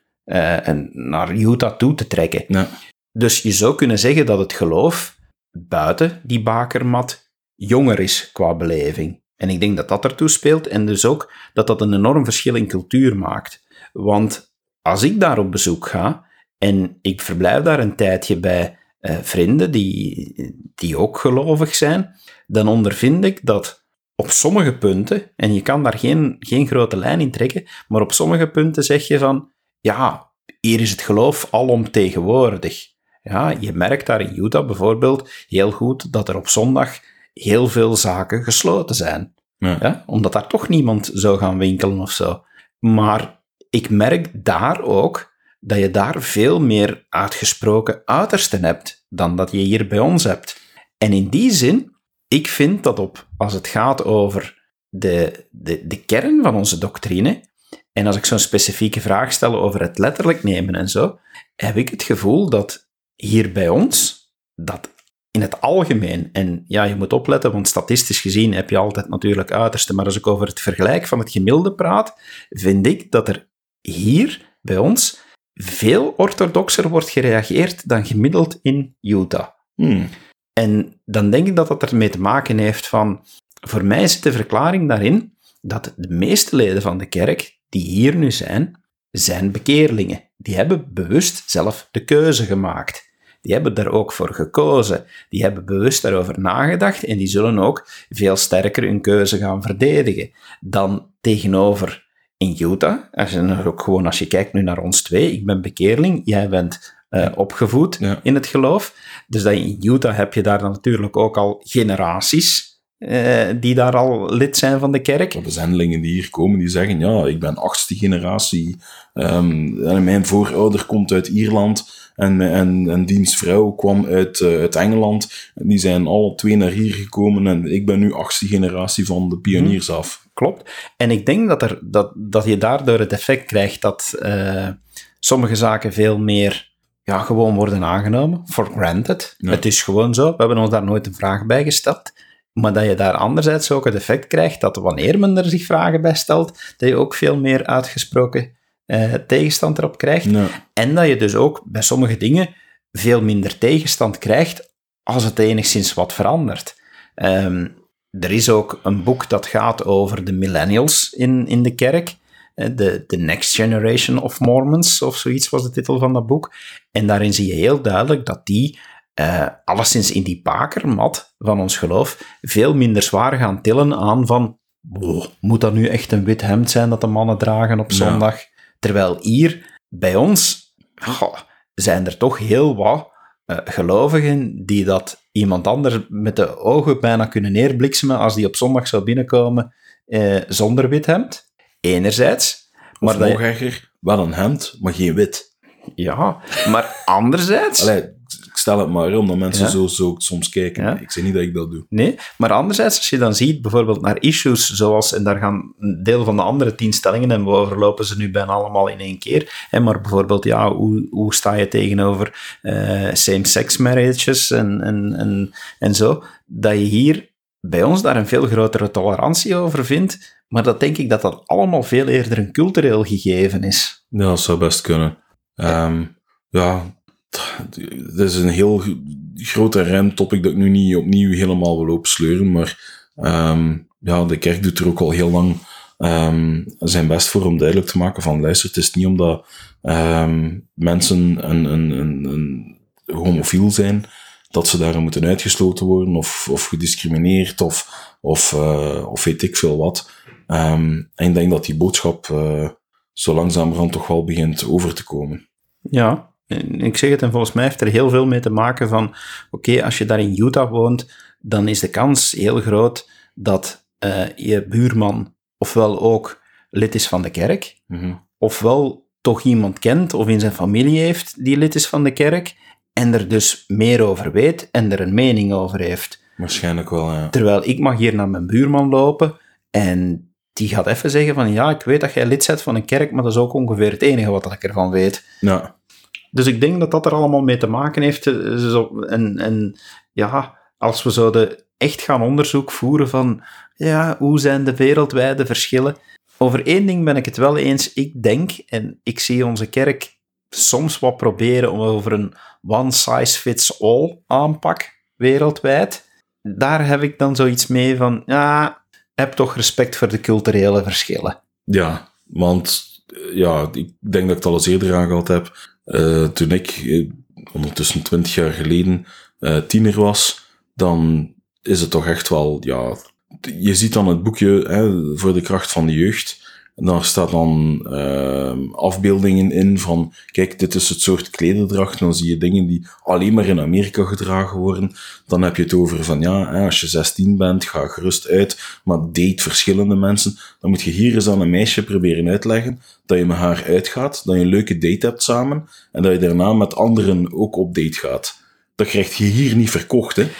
naar Utah toe te trekken. Ja. Dus je zou kunnen zeggen dat het geloof buiten die bakermat jonger is qua beleving. En ik denk dat dat ertoe speelt en dus ook dat een enorm verschil in cultuur maakt. Want als ik daar op bezoek ga en ik verblijf daar een tijdje bij vrienden die ook gelovig zijn, dan ondervind ik dat op sommige punten, en je kan daar geen grote lijn in trekken, maar op sommige punten zeg je van, ja, hier is het geloof alomtegenwoordig. Ja, je merkt daar in Utah bijvoorbeeld heel goed dat er op zondag heel veel zaken gesloten zijn. Ja. Ja, omdat daar toch niemand zou gaan winkelen of zo. Maar ik merk daar ook dat je daar veel meer uitgesproken uitersten hebt dan dat je hier bij ons hebt. En in die zin, ik vind dat als het gaat over de kern van onze doctrine, en als ik zo'n specifieke vraag stel over het letterlijk nemen en zo, heb ik het gevoel dat hier bij ons, dat in het algemeen, en ja, je moet opletten, want statistisch gezien heb je altijd natuurlijk uitersten, maar als ik over het vergelijk van het gemiddelde praat, vind ik dat er hier bij ons veel orthodoxer wordt gereageerd dan gemiddeld in Utah. En dan denk ik dat dat ermee te maken heeft van, voor mij zit de verklaring daarin dat de meeste leden van de kerk die hier nu zijn bekeerlingen. Die hebben bewust zelf de keuze gemaakt. Die hebben daar ook voor gekozen. Die hebben bewust daarover nagedacht en die zullen ook veel sterker hun keuze gaan verdedigen dan tegenover in Utah. Als je kijkt nu naar ons twee, ik ben bekeerling, jij bent opgevoed in het geloof. Dus dat in Utah heb je daar dan natuurlijk ook al generaties die daar al lid zijn van de kerk. De zendelingen die hier komen, die zeggen, ja, ik ben 8e generatie, en mijn voorouder komt uit Ierland, en diens vrouw kwam uit Engeland, en die zijn alle 2 naar hier gekomen, en ik ben nu 8e generatie van de pioniers af. Klopt. En ik denk dat je daardoor het effect krijgt dat sommige zaken veel meer gewoon worden aangenomen, for granted. Ja. Het is gewoon zo, we hebben ons daar nooit een vraag bij gesteld. Maar dat je daar anderzijds ook het effect krijgt dat wanneer men er zich vragen bij stelt, dat je ook veel meer uitgesproken tegenstand erop krijgt. Ja. En dat je dus ook bij sommige dingen veel minder tegenstand krijgt als het enigszins wat verandert. Er is ook een boek dat gaat over de millennials in de kerk. The Next Generation of Mormons, of zoiets was de titel van dat boek. En daarin zie je heel duidelijk dat die alleszins in die bakermat van ons geloof veel minder zwaar gaan tillen aan van moet dat nu echt een wit hemd zijn dat de mannen dragen op zondag? Ja. Terwijl hier, bij ons, zijn er toch heel wat gelovigen die dat iemand anders met de ogen bijna kunnen neerbliksemen als die op zondag zou binnenkomen zonder wit hemd. Enerzijds. Maar nog erger, wel een hemd, maar geen wit. Ja, maar anderzijds... Allee, ik stel het maar omdat mensen zo soms kijken. Ja. Ik zeg niet dat ik dat doe. Nee, maar anderzijds, als je dan ziet, bijvoorbeeld naar issues zoals, en daar gaan een deel van de andere 10 stellingen, en we overlopen ze nu bijna allemaal in één keer, maar bijvoorbeeld, hoe sta je tegenover same-sex marriages en zo, dat je hier bij ons daar een veel grotere tolerantie over vindt, maar dat denk ik dat allemaal veel eerder een cultureel gegeven is. Ja, dat zou best kunnen. Het is een heel grote remtopic dat ik nu niet opnieuw helemaal wil opsleuren, maar de kerk doet er ook al heel lang zijn best voor om duidelijk te maken van, luister, het is niet omdat mensen een homofiel zijn, dat ze daar moeten uitgesloten worden of gediscrimineerd of weet ik veel wat. En ik denk dat die boodschap zo langzamerhand toch wel begint over te komen. Ja, ik zeg het, en volgens mij heeft er heel veel mee te maken van, oké, als je daar in Utah woont, dan is de kans heel groot dat je buurman ofwel ook lid is van de kerk, ofwel toch iemand kent of in zijn familie heeft die lid is van de kerk, en er dus meer over weet en er een mening over heeft. Waarschijnlijk wel, ja. Terwijl ik mag hier naar mijn buurman lopen en die gaat even zeggen van, ja, ik weet dat jij lid bent van een kerk, maar dat is ook ongeveer het enige wat ik ervan weet. Ja. Dus ik denk dat dat er allemaal mee te maken heeft. En als we zouden echt gaan onderzoek voeren van, hoe zijn de wereldwijde verschillen? Over één ding ben ik het wel eens. Ik denk, en ik zie onze kerk soms wat proberen om over een one-size-fits-all aanpak wereldwijd. Daar heb ik dan zoiets mee van, heb toch respect voor de culturele verschillen. Ja, want ik denk dat ik het al eens eerder aangehaald heb. Toen ik ondertussen 20 jaar geleden tiener was, dan is het toch echt wel, je ziet dan het boekje voor de kracht van de jeugd. En daar staat dan afbeeldingen in van, kijk, dit is het soort klederdracht. Dan zie je dingen die alleen maar in Amerika gedragen worden. Dan heb je het over van, als je 16 bent, ga gerust uit, maar date verschillende mensen. Dan moet je hier eens aan een meisje proberen uitleggen dat je met haar uitgaat, dat je een leuke date hebt samen, en dat je daarna met anderen ook op date gaat. Dat krijg je hier niet verkocht, hè.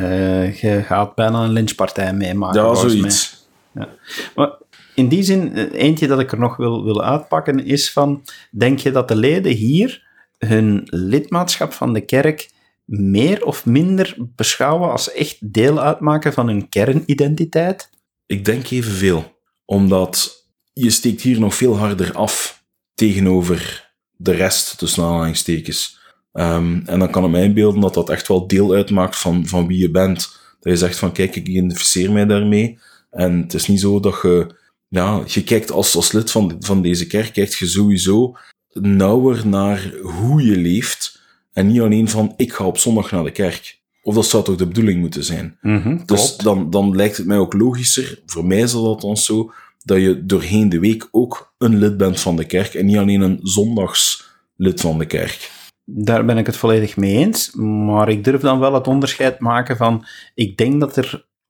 Je gaat bijna een lynchpartij meemaken. Ja, zoiets. Ja. Maar in die zin, eentje dat ik er nog wil uitpakken, is van, denk je dat de leden hier hun lidmaatschap van de kerk meer of minder beschouwen als echt deel uitmaken van hun kernidentiteit? Ik denk evenveel. Omdat je steekt hier nog veel harder af tegenover de rest, tussen aanhalingstekens. En dan kan ik mij inbeelden dat dat echt wel deel uitmaakt van wie je bent. Dat je zegt van, kijk, ik identificeer mij daarmee. En het is niet zo dat je kijkt als lid van deze kerk, kijkt je sowieso nauwer naar hoe je leeft. En niet alleen van, ik ga op zondag naar de kerk. Of dat zou toch de bedoeling moeten zijn. Dus dan lijkt het mij ook logischer, voor mij is dat althans zo, dat je doorheen de week ook een lid bent van de kerk en niet alleen een zondagslid van de kerk. Daar ben ik het volledig mee eens, maar ik durf dan wel het onderscheid maken van, ik denk dat er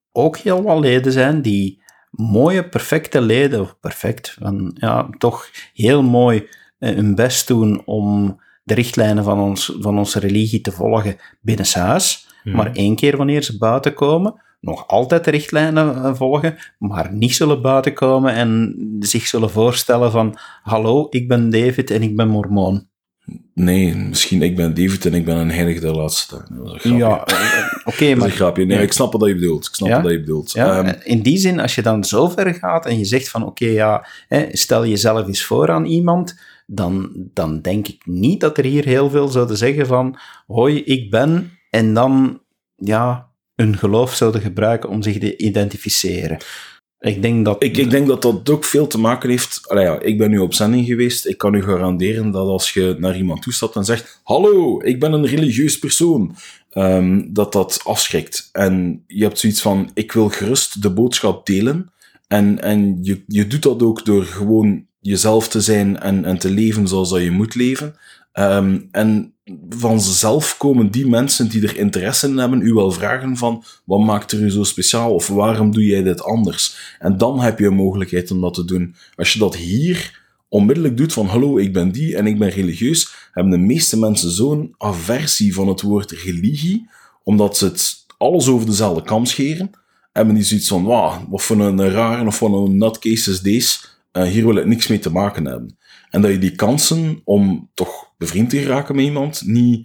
ook heel wat leden zijn die mooie, perfecte leden, of perfect, toch heel mooi hun best doen om de richtlijnen van onze religie te volgen binnenshuis, maar 1 keer wanneer ze buiten komen, nog altijd de richtlijnen volgen, maar niet zullen buiten komen en zich zullen voorstellen van hallo, ik ben David en ik ben mormoon. Nee, misschien ik ben David en ik ben een heilige der laatste dag. Dat is een grapje. Oké, maar... Dat is een grapje. Nee, ik snap wat je bedoelt. Ja, in die zin, als je dan zo ver gaat en je zegt van stel jezelf eens voor aan iemand, dan denk ik niet dat er hier heel veel zouden zeggen van hoi, ik ben, en dan hun geloof zouden gebruiken om zich te identificeren. Ik denk dat dat ook veel te maken heeft... ik ben nu op zending geweest. Ik kan u garanderen dat als je naar iemand toestapt en zegt hallo, ik ben een religieus persoon, dat afschrikt. En je hebt zoiets van, ik wil gerust de boodschap delen. En je doet dat ook door gewoon jezelf te zijn en te leven zoals dat je moet leven. En vanzelf komen die mensen die er interesse in hebben u wel vragen van wat maakt er u zo speciaal of waarom doe jij dit anders? En dan heb je een mogelijkheid om dat te doen. Als je dat hier onmiddellijk doet van hallo, ik ben die en ik ben religieus, hebben de meeste mensen zo'n aversie van het woord religie, omdat ze het alles over dezelfde kam scheren, hebben die zoiets van wat voor een rare of wat een nutcase is deze, hier wil ik niks mee te maken hebben. En dat je die kansen om toch bevriend te geraken met iemand niet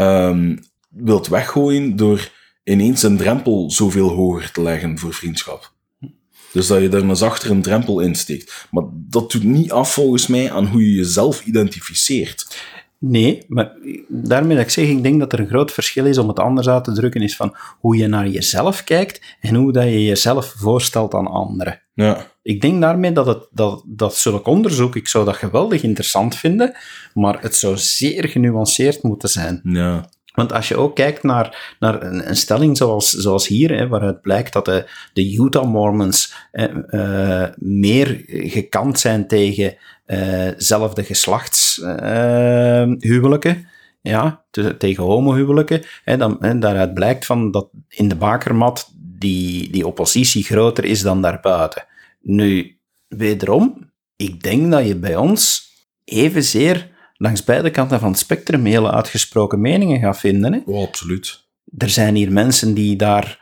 wilt weggooien door ineens een drempel zoveel hoger te leggen voor vriendschap. Dus dat je daar een zachtere drempel insteekt. Maar dat doet niet af volgens mij aan hoe je jezelf identificeert. Nee, maar daarmee dat ik zeg, ik denk dat er een groot verschil is om het anders uit te drukken, is van hoe je naar jezelf kijkt en hoe dat je jezelf voorstelt aan anderen. Ja. Ik denk daarmee dat zulk onderzoek, ik zou dat geweldig interessant vinden, maar het zou zeer genuanceerd moeten zijn. Ja. Want als je ook kijkt naar een stelling zoals hier, waaruit blijkt dat de Utah Mormons meer gekant zijn tegen zelfde geslachtshuwelijken, tegen homohuwelijken, daaruit blijkt van dat in de bakermat die oppositie groter is dan daarbuiten. Nu, wederom, ik denk dat je bij ons evenzeer langs beide kanten van het spectrum hele uitgesproken meningen gaat vinden. Hè? Oh, absoluut. Er zijn hier mensen die daar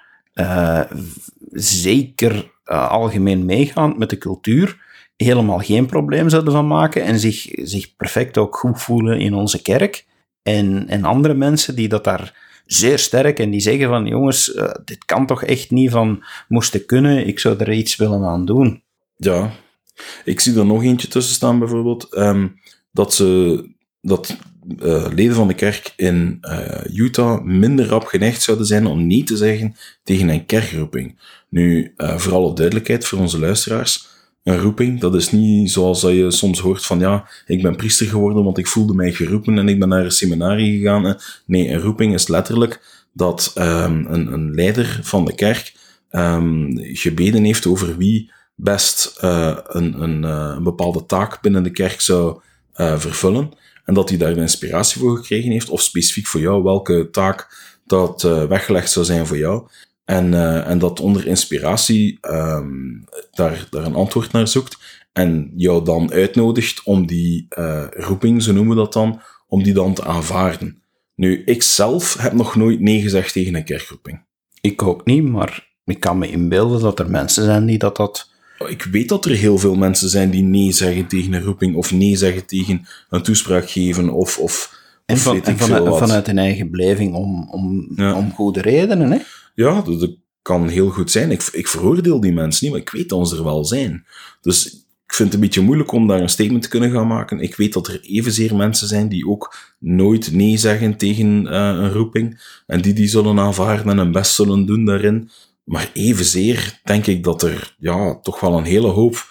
zeker algemeen meegaan met de cultuur, helemaal geen probleem zouden van maken en zich perfect ook goed voelen in onze kerk. En andere mensen die dat daar zeer sterk en die zeggen van jongens, dit kan toch echt niet van moesten kunnen, ik zou er iets willen aan doen. Ja, ik zie er nog eentje tussen staan bijvoorbeeld, dat leden van de kerk in Utah minder rap geneigd zouden zijn om nee te zeggen tegen een kerkroeping. Nu, voor alle duidelijkheid voor onze luisteraars, een roeping, dat is niet zoals dat je soms hoort van ik ben priester geworden, want ik voelde mij geroepen en ik ben naar een seminarie gegaan. Nee, een roeping is letterlijk dat een leider van de kerk gebeden heeft over wie best een bepaalde taak binnen de kerk zou vervullen. En dat hij daar de inspiratie voor gekregen heeft, of specifiek voor jou, welke taak dat weggelegd zou zijn voor jou. En dat onder inspiratie daar een antwoord naar zoekt. En jou dan uitnodigt om die roeping, zo noemen we dat dan, om die dan te aanvaarden. Nu, ik zelf heb nog nooit nee gezegd tegen een kerkroeping. Ik ook niet, maar ik kan me inbeelden dat er mensen zijn die dat... Ik weet dat er heel veel mensen zijn die nee zeggen tegen een roeping, of nee zeggen tegen een toespraak geven, of vanuit hun eigen beleving om goede redenen, hè? Ja, dat kan heel goed zijn. Ik veroordeel die mensen niet, maar ik weet dat ze er wel zijn. Dus ik vind het een beetje moeilijk om daar een statement te kunnen gaan maken. Ik weet dat er evenzeer mensen zijn die ook nooit nee zeggen tegen een roeping, en die zullen aanvaarden en hun best zullen doen daarin. Maar evenzeer denk ik dat er toch wel een hele hoop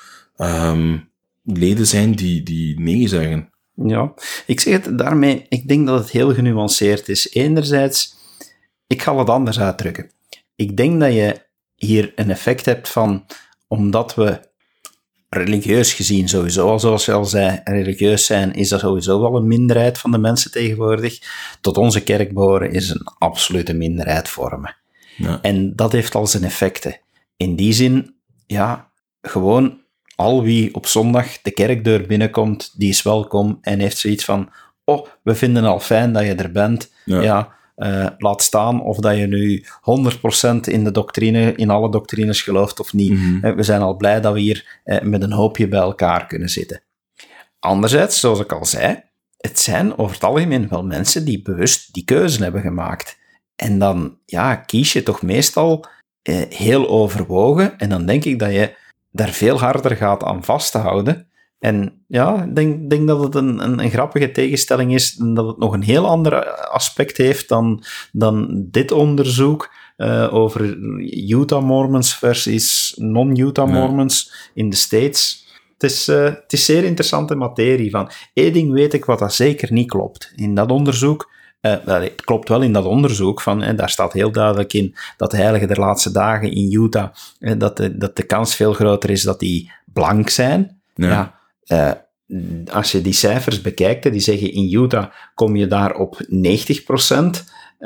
leden zijn die nee zeggen. Ja, ik zeg het daarmee, ik denk dat het heel genuanceerd is. Enerzijds, ik ga het anders uitdrukken. Ik denk dat je hier een effect hebt van, omdat we religieus gezien sowieso, zoals je al zei, religieus zijn, is dat sowieso wel een minderheid van de mensen tegenwoordig. Tot onze kerk behoren is een absolute minderheid vormen. Ja. En dat heeft al zijn effecten. In die zin, ja, gewoon al wie op zondag de kerkdeur binnenkomt, die is welkom en heeft zoiets van, oh, we vinden al fijn dat je er bent. Ja. Laat staan of dat je nu 100% in de doctrine, in alle doctrines gelooft of niet. We zijn al blij dat we hier met een hoopje bij elkaar kunnen zitten. Anderzijds, zoals ik al zei, het zijn over het algemeen wel mensen die bewust die keuze hebben gemaakt. En dan kies je toch meestal heel overwogen en dan denk ik dat je daar veel harder gaat aan vasthouden. En ja, ik denk dat het een grappige tegenstelling is en dat het nog een heel ander aspect heeft dan dit onderzoek over Utah Mormons versus non-Utah Mormons in de States. Het is zeer interessante materie. Van één ding weet ik wat dat zeker niet klopt. In dat onderzoek, het klopt wel in dat onderzoek, daar staat heel duidelijk in dat de heiligen der laatste dagen in Utah, dat de kans veel groter is dat die blank zijn. Als je die cijfers bekijkt, die zeggen in Utah kom je daar op 90%.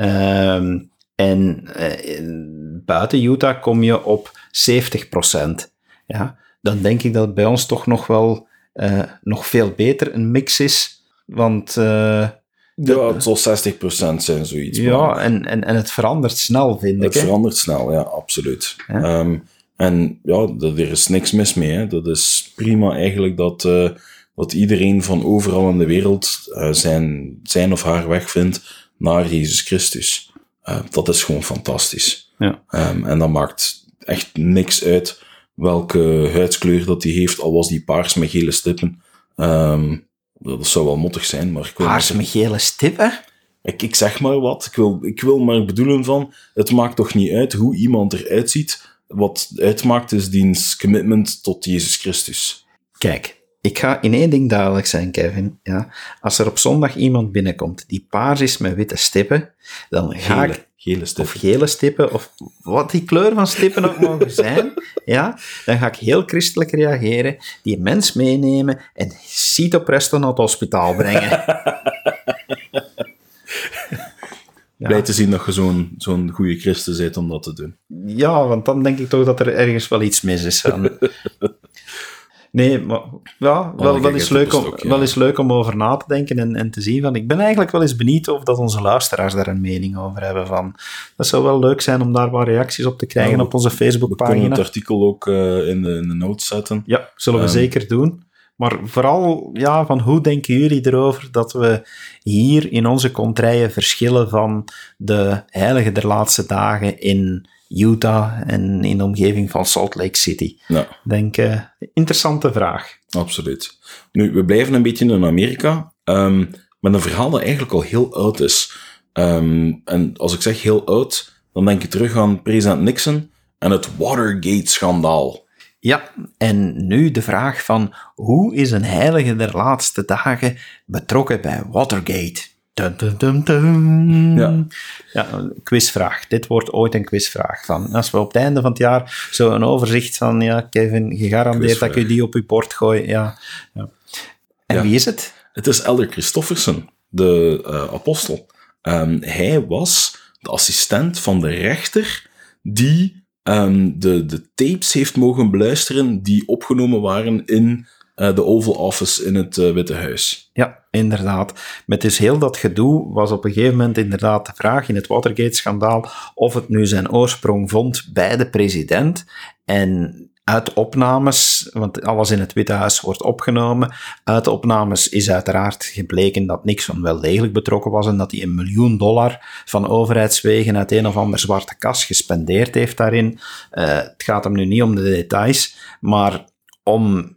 En buiten Utah kom je op 70%. Ja, dan denk ik dat het bij ons toch nog wel nog veel beter een mix is. Want... het zal 60% zijn, zoiets. Ja, en het verandert snel, vind ik. Het verandert snel, ja, absoluut. Ja? En ja, er is niks mis mee. Hè. Dat is prima eigenlijk dat iedereen van overal in de wereld zijn of haar weg vindt naar Jezus Christus. Dat is gewoon fantastisch. Ja. En dat maakt echt niks uit welke huidskleur dat die heeft, al was die paars met gele stippen. Dat zou wel mottig zijn, maar... Paars met gele stippen? Ik zeg maar wat. Ik wil maar bedoelen van, het maakt toch niet uit hoe iemand eruit ziet. Wat uitmaakt is diens commitment tot Jezus Christus. Kijk, ik ga in één ding duidelijk zijn, Kevin. Ja, als er op zondag iemand binnenkomt die paars is met witte stippen, dan ga ik... Gele stippen. Of gele stippen, of wat die kleur van stippen ook mogen zijn, ja, dan ga ik heel christelijk reageren, die mens meenemen en cito presto naar het hospitaal brengen. Blij te zien dat je zo'n goede christen bent om dat te doen. Ja, want dan denk ik toch dat er ergens wel iets mis is. Nee, maar ja, wel eens leuk om over na te denken en te zien van... Ik ben eigenlijk wel eens benieuwd of dat onze luisteraars daar een mening over hebben van... Dat zou wel leuk zijn om daar wat reacties op te krijgen op onze Facebookpagina. We kunnen het artikel ook in de notes zetten. Ja, zullen we zeker doen. Maar vooral, ja, van hoe denken jullie erover dat we hier in onze contraien verschillen van de heiligen der laatste dagen in Utah en in de omgeving van Salt Lake City? Ja. Denk, interessante vraag. Absoluut. Nu, we blijven een beetje in Amerika, met een verhaal dat eigenlijk al heel oud is. En als ik zeg heel oud, dan denk ik terug aan president Nixon en het Watergate-schandaal. Ja, en nu de vraag van hoe is een heilige der laatste dagen betrokken bij Watergate? Dun, dun, dun, dun. Ja, een quizvraag. Dit wordt ooit een quizvraag. Van, als we op het einde van het jaar zo een overzicht van, ja, Kevin, gegarandeerd dat ik u die op uw bord gooi. Ja. En wie is het? Het is Elder Christofferson, de apostel. Hij was de assistent van de rechter die de tapes heeft mogen beluisteren die opgenomen waren in de Oval Office in het Witte Huis. Ja, inderdaad. Met dus heel dat gedoe was op een gegeven moment inderdaad de vraag in het Watergate-schandaal of het nu zijn oorsprong vond bij de president. En uit opnames, want alles in het Witte Huis wordt opgenomen, uit de opnames is uiteraard gebleken dat Nixon wel degelijk betrokken was en dat hij $1 miljoen van overheidswegen uit een of ander zwarte kas gespendeerd heeft daarin. Het gaat hem nu niet om de details, maar om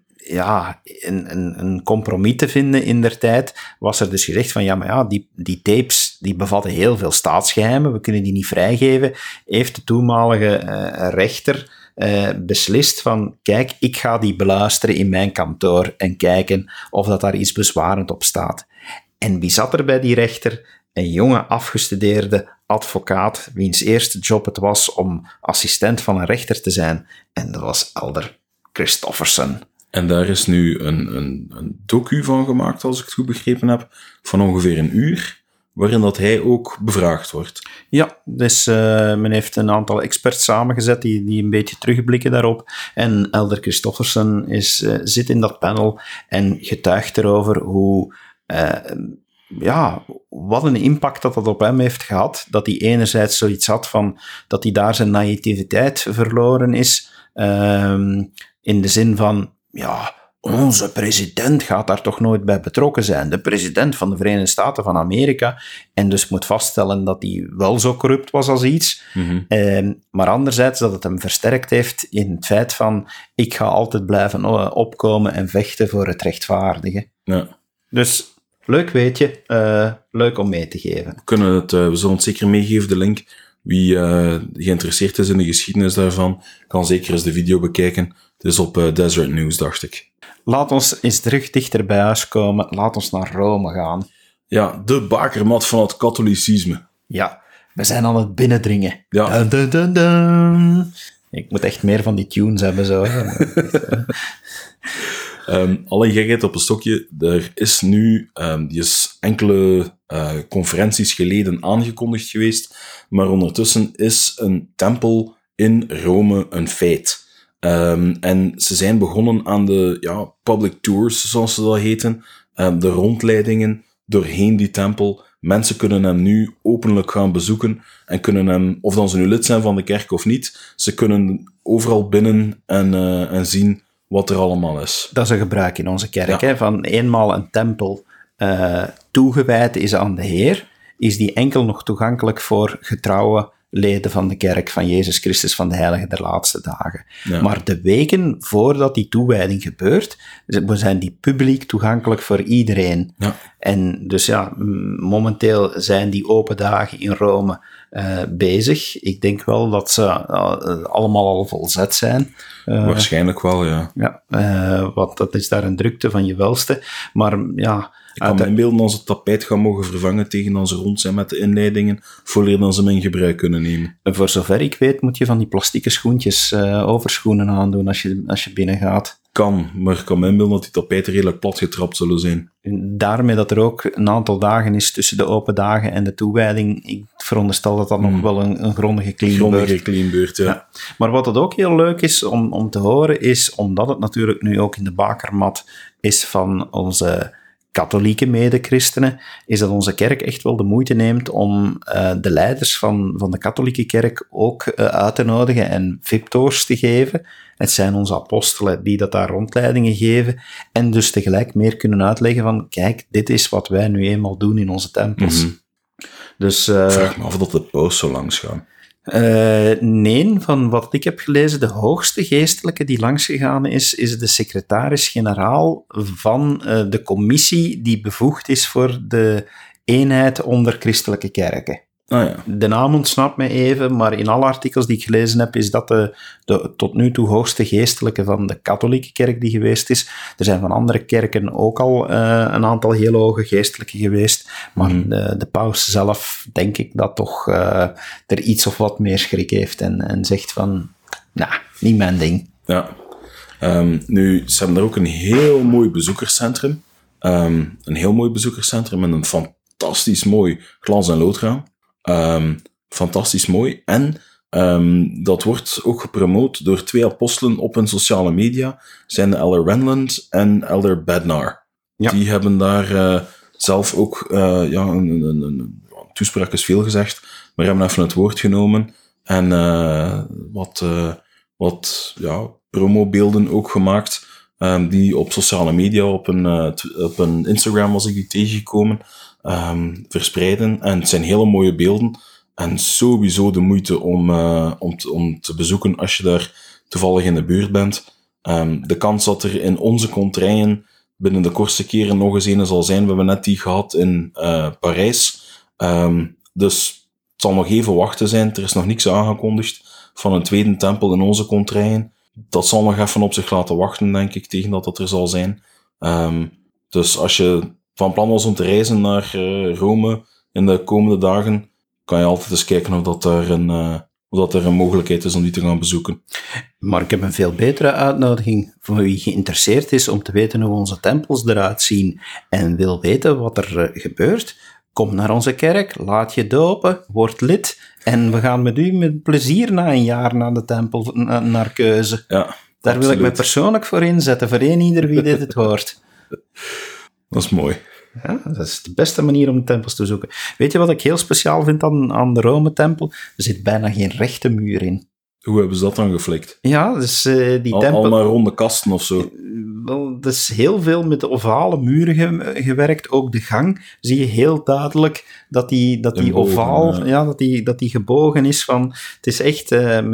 een compromis te vinden indertijd, was er dus gezegd van, die tapes, die bevatten heel veel staatsgeheimen, we kunnen die niet vrijgeven, heeft de toenmalige rechter beslist van, kijk, ik ga die beluisteren in mijn kantoor en kijken of dat daar iets bezwarend op staat. En wie zat er bij die rechter? Een jonge afgestudeerde advocaat, wiens eerste job het was om assistent van een rechter te zijn. En dat was Elder Christofferson. En daar is nu een docu van gemaakt, als ik het goed begrepen heb, van ongeveer 1 uur, waarin dat hij ook bevraagd wordt. Ja, dus men heeft een aantal experts samengezet die een beetje terugblikken daarop. En Elder Christofferson zit in dat panel en getuigt erover hoe... wat een impact dat op hem heeft gehad. Dat hij enerzijds zoiets had van dat hij daar zijn naïviteit verloren is. In de zin van, onze president gaat daar toch nooit bij betrokken zijn. De president van de Verenigde Staten van Amerika. En dus moet vaststellen dat hij wel zo corrupt was als iets. Mm-hmm. Maar anderzijds dat het hem versterkt heeft in het feit van, ik ga altijd blijven opkomen en vechten voor het rechtvaardige. Ja. Dus... leuk weetje, leuk om mee te geven. We zullen het zeker meegeven, de link. Wie geïnteresseerd is in de geschiedenis daarvan, kan zeker eens de video bekijken. Het is op Deseret News, dacht ik. Laat ons eens terug dichter bij huis komen. Laat ons naar Rome gaan. Ja, de bakermat van het katholicisme. Ja, we zijn aan het binnendringen. Ja. Dun, dun, dun, dun. Ik moet echt meer van die tunes hebben, zo. Alle gekheid op een stokje, er is nu, die is enkele conferenties geleden aangekondigd geweest, maar ondertussen is een tempel in Rome een feit. En ze zijn begonnen aan de public tours, zoals ze dat heten, de rondleidingen doorheen die tempel. Mensen kunnen hem nu openlijk gaan bezoeken en kunnen hem, of dan ze nu lid zijn van de kerk of niet, ze kunnen overal binnen en zien wat er allemaal is. Dat is een gebruik in onze kerk, hè, van eenmaal een tempel toegewijd is aan de Heer, is die enkel nog toegankelijk voor getrouwe leden van de kerk van Jezus Christus van de Heilige der Laatste Dagen. Ja. Maar de weken voordat die toewijding gebeurt, zijn die publiek toegankelijk voor iedereen. Ja. En dus momenteel zijn die open dagen in Rome bezig. Ik denk wel dat ze allemaal al volzet zijn. Waarschijnlijk wel, ja. Want dat is daar een drukte van je welste. Maar ja... Ik kan me inbeelden als ze het tapijt gaan mogen vervangen tegen als ze rond zijn met de inleidingen, voordat dan ze hem in gebruik kunnen nemen. Voor zover ik weet moet je van die plastieke schoentjes, overschoenen aandoen als je binnen gaat. Kan, maar ik kan me inbeelden dat die tapijten redelijk plat getrapt zullen zijn. Daarmee dat er ook een aantal dagen is tussen de open dagen en de toewijding. Ik veronderstel dat dat nog wel een grondige cleanbeurt, ja. Maar wat het ook heel leuk is om te horen, is omdat het natuurlijk nu ook in de bakermat is van onze katholieke medechristenen, is dat onze kerk echt wel de moeite neemt om de leiders van de katholieke kerk ook uit te nodigen en VIP-tours te geven. Het zijn onze apostelen die dat daar rondleidingen geven en dus tegelijk meer kunnen uitleggen van, kijk, dit is wat wij nu eenmaal doen in onze tempels. Mm-hmm. Dus, vraag me af dat de paus zo langs gaan. Nee, van wat ik heb gelezen, de hoogste geestelijke die langsgegaan is de secretaris-generaal van de commissie die bevoegd is voor de eenheid onder christelijke kerken. Ah, ja. De naam ontsnapt mij even, maar in alle artikels die ik gelezen heb, is dat de tot nu toe hoogste geestelijke van de katholieke kerk die geweest is. Er zijn van andere kerken ook al een aantal heel hoge geestelijke geweest, maar de paus zelf, denk ik, dat toch er iets of wat meer schrik heeft en zegt van, niet mijn ding. Ja. Nu, ze hebben daar ook een heel mooi bezoekerscentrum. Een heel mooi bezoekerscentrum met een fantastisch mooi glas- en loodraam. Fantastisch mooi. En dat wordt ook gepromoot door 2 apostelen op hun sociale media. Zijn de Elder Renland en Elder Bednar. Ja. Die hebben daar zelf ook... een toespraak is veel gezegd, maar hebben even het woord genomen. En wat promobeelden ook gemaakt. Die op sociale media, op een Instagram was ik die tegengekomen, verspreiden. En het zijn hele mooie beelden. En sowieso de moeite om te bezoeken als je daar toevallig in de buurt bent. De kans dat er in onze contraien binnen de kortste keren nog eens een zal zijn. We hebben net die gehad in Parijs. Dus het zal nog even wachten zijn. Er is nog niks aangekondigd van een tweede tempel in onze contraien. Dat zal nog even op zich laten wachten, denk ik, tegen dat er zal zijn. Dus als je van plan was om te reizen naar Rome in de komende dagen, kan je altijd eens kijken of dat er een mogelijkheid is om die te gaan bezoeken. Maar ik heb een veel betere uitnodiging voor wie geïnteresseerd is om te weten hoe onze tempels eruit zien en wil weten wat er gebeurt. kom naar onze kerk, laat je dopen, word lid en we gaan met u met plezier na een jaar naar de tempel, naar keuze. Ja, Daar wil ik me persoonlijk voor inzetten, voor ieder wie dit het hoort. Dat is mooi. Ja, dat is de beste manier om tempels te zoeken. Weet je wat ik heel speciaal vind aan de Rome-tempel? Er zit bijna geen rechte muur in. Hoe hebben ze dat dan geflikt? Ja, dus die tempel... Al maar ronde kasten of zo? Wel, er is heel veel met de ovale muren gewerkt. Ook de gang zie je heel duidelijk dat die ovaal... Ja, dat die gebogen is van... Het is echt...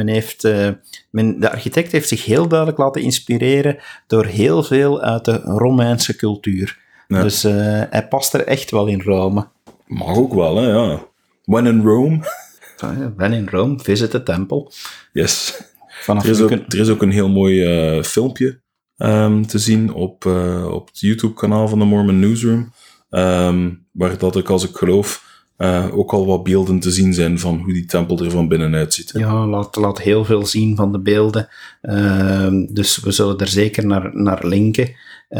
de architect heeft zich heel duidelijk laten inspireren door heel veel uit de Romeinse cultuur. Ja. Dus hij past er echt wel in Rome. Mag ook wel, hè, ja. When in Rome... When in Rome, visit the temple. Yes. Er is ook een heel mooi filmpje te zien op het YouTube-kanaal van de Mormon Newsroom, waar dat ik, als ik geloof, ook al wat beelden te zien zijn van hoe die tempel er van binnen uitziet. Hè. Ja, laat heel veel zien van de beelden. Dus we zullen er zeker naar linken.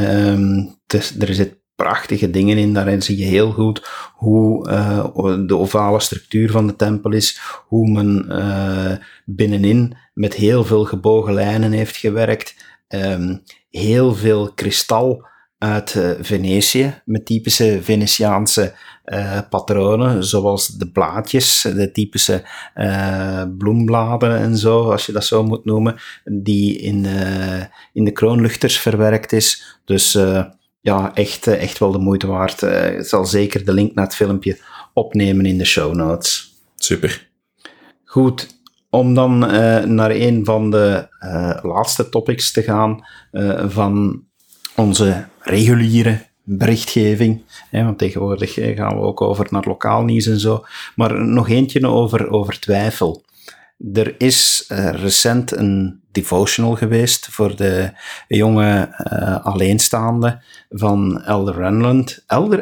Er zit prachtige dingen in. Daarin zie je heel goed hoe de ovale structuur van de tempel is, hoe men binnenin met heel veel gebogen lijnen heeft gewerkt, heel veel kristal uit Venetië, met typische Venetiaanse patronen, zoals de blaadjes, de typische bloembladen en zo, als je dat zo moet noemen, die in de kroonluchters verwerkt is. Dus ja, echt wel de moeite waard. Ik zal zeker de link naar het filmpje opnemen in de show notes. Super. Goed, om dan naar een van de laatste topics te gaan van onze reguliere berichtgeving. Want tegenwoordig gaan we ook over naar lokaal nieuws en zo. Maar nog eentje over twijfel. Er is recent een devotional geweest voor de jonge alleenstaande van Elder Renlund. Elder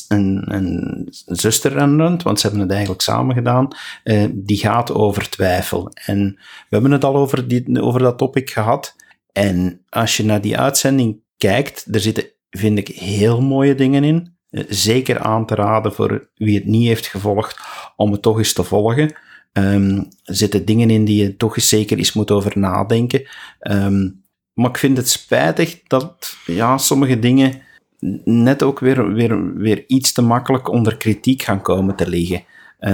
en zuster Renlund, want ze hebben het eigenlijk samen gedaan. Die gaat over twijfel. En we hebben het al over dat topic gehad. En als je naar die uitzending kijkt, er zitten, vind ik, heel mooie dingen in. Zeker aan te raden voor wie het niet heeft gevolgd, om het toch eens te volgen. Er zitten dingen in die je toch eens zeker eens moet over nadenken. Maar ik vind het spijtig dat sommige dingen net ook weer iets te makkelijk onder kritiek gaan komen te liggen.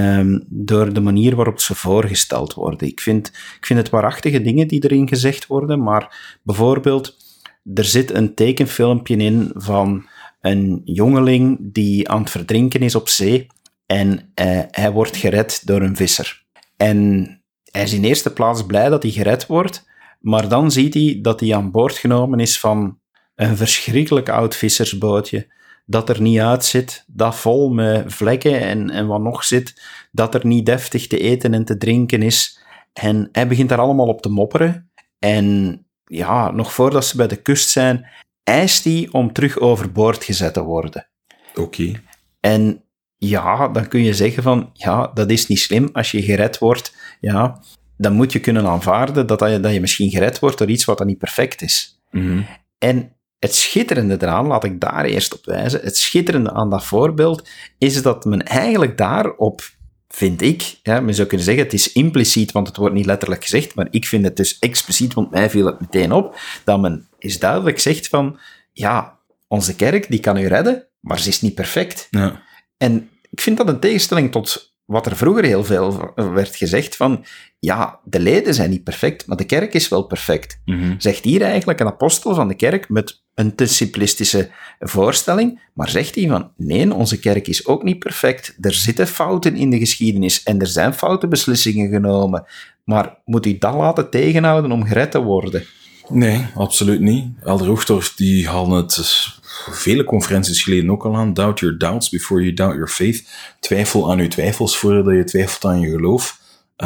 Door de manier waarop ze voorgesteld worden. Ik vind het waarachtige dingen die erin gezegd worden, maar bijvoorbeeld, er zit een tekenfilmpje in van een jongeling die aan het verdrinken is op zee en hij wordt gered door een visser. En hij is in eerste plaats blij dat hij gered wordt, maar dan ziet hij dat hij aan boord genomen is van een verschrikkelijk oud vissersbootje, dat er niet uitzit, dat vol met vlekken en wat nog zit, dat er niet deftig te eten en te drinken is. En hij begint daar allemaal op te mopperen. En ja, nog voordat ze bij de kust zijn, eist hij om terug overboord gezet te worden. Oké. En ja, dan kun je zeggen van, ja, dat is niet slim. Als je gered wordt, ja, dan moet je kunnen aanvaarden dat je misschien gered wordt door iets wat dan niet perfect is. Mm-hmm. En het schitterende eraan, laat ik daar eerst op wijzen, het schitterende aan dat voorbeeld is dat men eigenlijk daarop, vind ik, men zou kunnen zeggen, het is impliciet, want het wordt niet letterlijk gezegd, maar ik vind het dus expliciet, want mij viel het meteen op, dat men is duidelijk zegt van, ja, onze kerk, die kan u redden, maar ze is niet perfect. Ja. En ik vind dat een tegenstelling tot wat er vroeger heel veel werd gezegd van, ja, de leden zijn niet perfect, maar de kerk is wel perfect. Mm-hmm. Zegt hier eigenlijk een apostel van de kerk met een te simplistische voorstelling, maar zegt hij van, nee, onze kerk is ook niet perfect. Er zitten fouten in de geschiedenis en er zijn foute beslissingen genomen. Maar moet u dat laten tegenhouden om gered te worden? Nee, absoluut niet. Elder Hoogdorf, die hadden het vele conferenties geleden ook al aan. Doubt your doubts before you doubt your faith. Twijfel aan je twijfels voordat je twijfelt aan je geloof.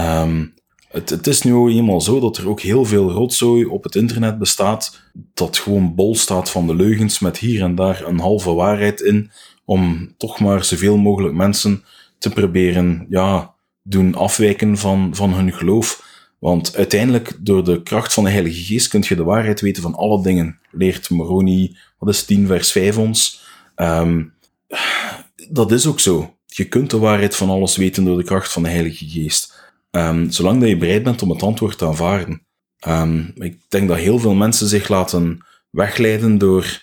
Het is nu eenmaal zo dat er ook heel veel rotzooi op het internet bestaat, dat gewoon bol staat van de leugens met hier en daar een halve waarheid in, om toch maar zoveel mogelijk mensen te proberen doen afwijken van hun geloof. Want uiteindelijk, door de kracht van de Heilige Geest, kun je de waarheid weten van alle dingen. Leert Moroni, 10 vers 5 ons. Dat is ook zo. je kunt de waarheid van alles weten door de kracht van de Heilige Geest. Zolang dat je bereid bent om het antwoord te aanvaarden. Ik denk dat heel veel mensen zich laten wegleiden door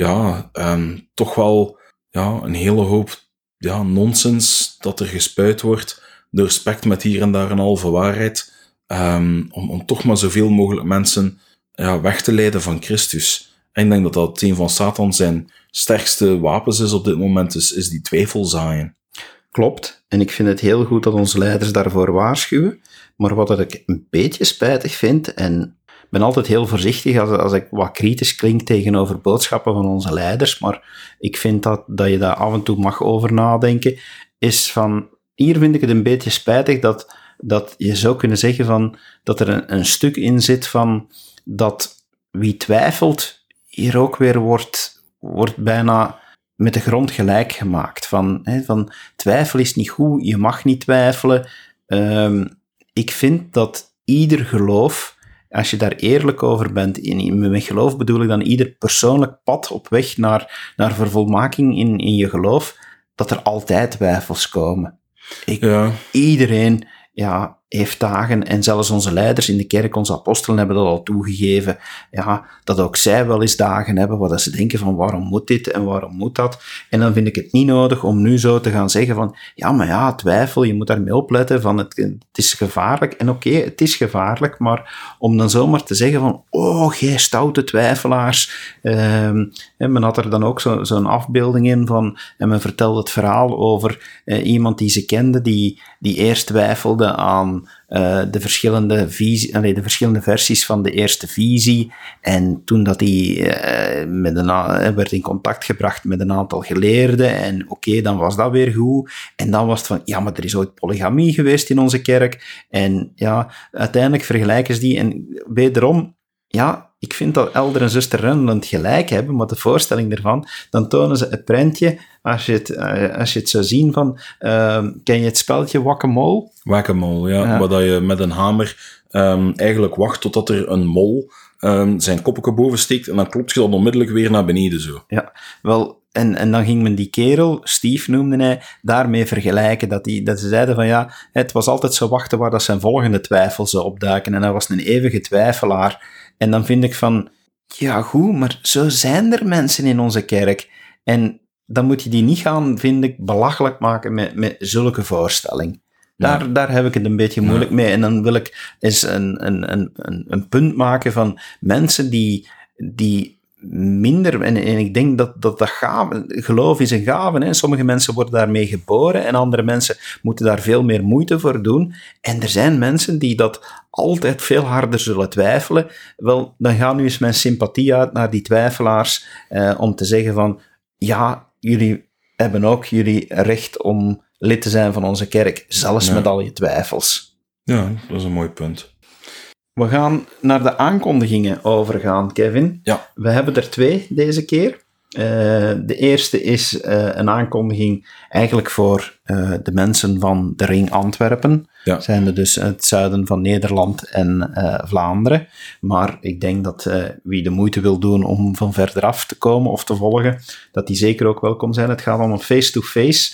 toch wel een hele hoop nonsens dat er gespuit wordt, doorspekt met hier en daar een halve waarheid, om toch maar zoveel mogelijk mensen weg te leiden van Christus. En ik denk dat dat een van Satan zijn sterkste wapens is op dit moment, is die twijfel zaaien. Klopt, en ik vind het heel goed dat onze leiders daarvoor waarschuwen, maar wat ik een beetje spijtig vind, en ik ben altijd heel voorzichtig als ik wat kritisch klink tegenover boodschappen van onze leiders, maar ik vind dat je daar af en toe mag over nadenken, is van, hier vind ik het een beetje spijtig dat je zou kunnen zeggen van, dat er een stuk in zit van, dat wie twijfelt, hier ook weer wordt bijna met de grond gelijk gemaakt. Van twijfel is niet goed, je mag niet twijfelen. Ik vind dat ieder geloof, als je daar eerlijk over bent, met geloof bedoel ik dan ieder persoonlijk pad op weg naar vervolmaking in je geloof, dat er altijd twijfels komen. Iedereen heeft dagen, en zelfs onze leiders in de kerk, onze apostelen, hebben dat al toegegeven, dat ook zij wel eens dagen hebben waar ze denken van waarom moet dit en waarom moet dat? En dan vind ik het niet nodig om nu zo te gaan zeggen van twijfel, je moet daarmee opletten, van het is gevaarlijk. En oké, het is gevaarlijk, maar om dan zomaar te zeggen van gij stoute twijfelaars. Men had er dan ook zo'n afbeelding in van, en men vertelde het verhaal over iemand die ze kende, die eerst twijfelde aan de verschillende versies van de eerste visie. En toen dat hij werd in contact gebracht met een aantal geleerden. En dan was dat weer goed. En dan was het van, maar er is ooit polygamie geweest in onze kerk. En uiteindelijk vergelijken ze die. En wederom, ik vind dat Elder en zuster Renland gelijk hebben, maar de voorstelling ervan, dan tonen ze het prentje, als je het zou zien van, ken je het spelletje Whack-A-Mole? Whack-A-Mole, waar dat je met een hamer eigenlijk wacht totdat er een mol zijn koppetje boven steekt en dan klopt je dan onmiddellijk weer naar beneden zo. Ja, wel, en dan ging men die kerel, Steve noemde hij, daarmee vergelijken, dat ze zeiden van het was altijd zo wachten waar dat zijn volgende twijfel zou opduiken en hij was een eeuwige twijfelaar. En dan vind ik van, goed, maar zo zijn er mensen in onze kerk. En dan moet je die niet gaan, vind ik, belachelijk maken met zulke voorstelling. Daar heb ik het een beetje moeilijk mee. En dan wil ik eens een punt maken van mensen die minder, en ik denk dat geloof is een gave, hè. Sommige mensen worden daarmee geboren en andere mensen moeten daar veel meer moeite voor doen. En er zijn mensen die dat altijd veel harder zullen twijfelen. Wel, dan gaat nu eens mijn sympathie uit naar die twijfelaars, om te zeggen van, jullie hebben ook jullie recht om lid te zijn van onze kerk, zelfs met al je twijfels. Ja, dat is een mooi punt. We gaan naar de aankondigingen overgaan, Kevin. Ja. We hebben er 2 deze keer. De eerste is een aankondiging eigenlijk voor de mensen van de Ring Antwerpen. Ja. Zijn er dus het zuiden van Nederland en Vlaanderen. Maar ik denk dat wie de moeite wil doen om van verder af te komen of te volgen, dat die zeker ook welkom zijn. Het gaat om een face-to-face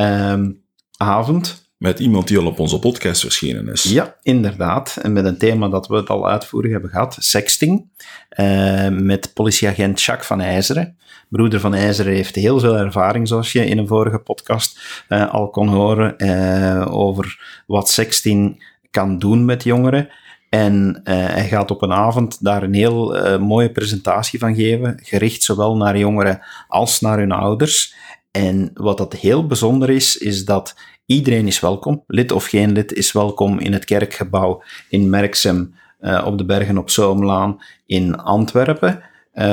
avond. Met iemand die al op onze podcast verschenen is. Ja, inderdaad. En met een thema dat we het al uitvoerig hebben gehad, sexting. Met politieagent Jacques van IJzeren. Broeder van IJzeren heeft heel veel ervaring, zoals je in een vorige podcast al kon horen, over wat sexting kan doen met jongeren. En hij gaat op een avond daar een heel mooie presentatie van geven, gericht zowel naar jongeren als naar hun ouders. En wat dat heel bijzonder is dat iedereen is welkom, lid of geen lid is welkom in het kerkgebouw in Merksem, op de Bergen op Zoomlaan in Antwerpen.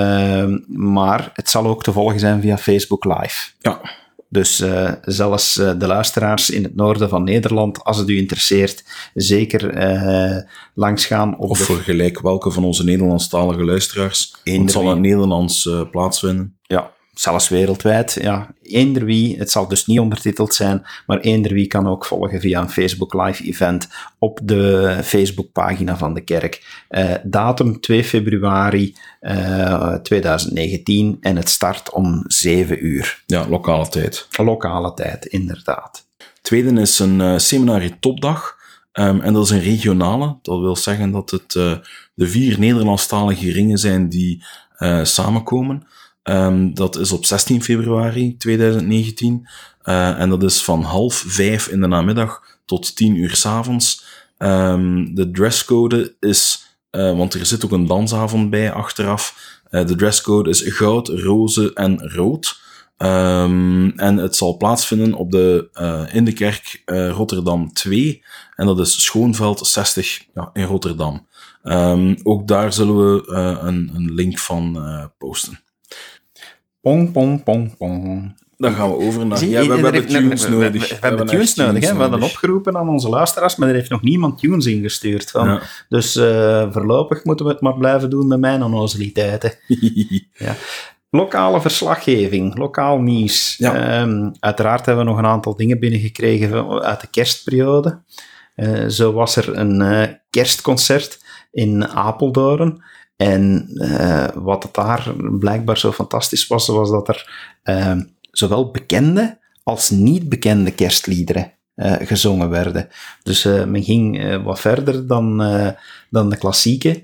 Maar het zal ook te volgen zijn via Facebook Live. Ja. Dus zelfs de luisteraars in het noorden van Nederland, als het u interesseert, zeker langsgaan. Of voor gelijk welke van onze Nederlandstalige luisteraars. Het zal in het Nederlands plaatsvinden. Ja. zelfs wereldwijd. Ja, eender wie, het zal dus niet ondertiteld zijn, maar eender wie kan ook volgen via een Facebook Live event op de Facebookpagina van de kerk. Datum 2 februari 2019 en het start om 7 uur. Ja, lokale tijd. Lokale tijd, inderdaad. Tweede is een seminarie topdag. En dat is een regionale. Dat wil zeggen dat het de 4 Nederlandstalige ringen zijn die samenkomen. Dat is op 16 februari 2019. En dat is van 4:30 in de namiddag tot 10 uur 's avonds. De dresscode is, want er zit ook een dansavond bij achteraf. De dresscode is goud, roze en rood. En het zal plaatsvinden op in de kerk Rotterdam 2. En dat is Schoonveld 60 in Rotterdam. Ook daar zullen we een link van posten. Pong, pong, pong, pong. Dan gaan we over naar... Ja, we hebben tunes nodig. We hebben tunes nodig. We hadden opgeroepen aan onze luisteraars, maar er heeft nog niemand tunes ingestuurd. Ja. Dus voorlopig moeten we het maar blijven doen met mijn onnozeliteiten. Ja. Lokale verslaggeving, lokaal nieuws. Ja. Uiteraard hebben we nog een aantal dingen binnengekregen uit de kerstperiode. Zo was er een kerstconcert in Apeldoorn. En wat het daar blijkbaar zo fantastisch was, was dat er zowel bekende als niet bekende kerstliederen gezongen werden. Dus men ging wat verder dan de klassieke.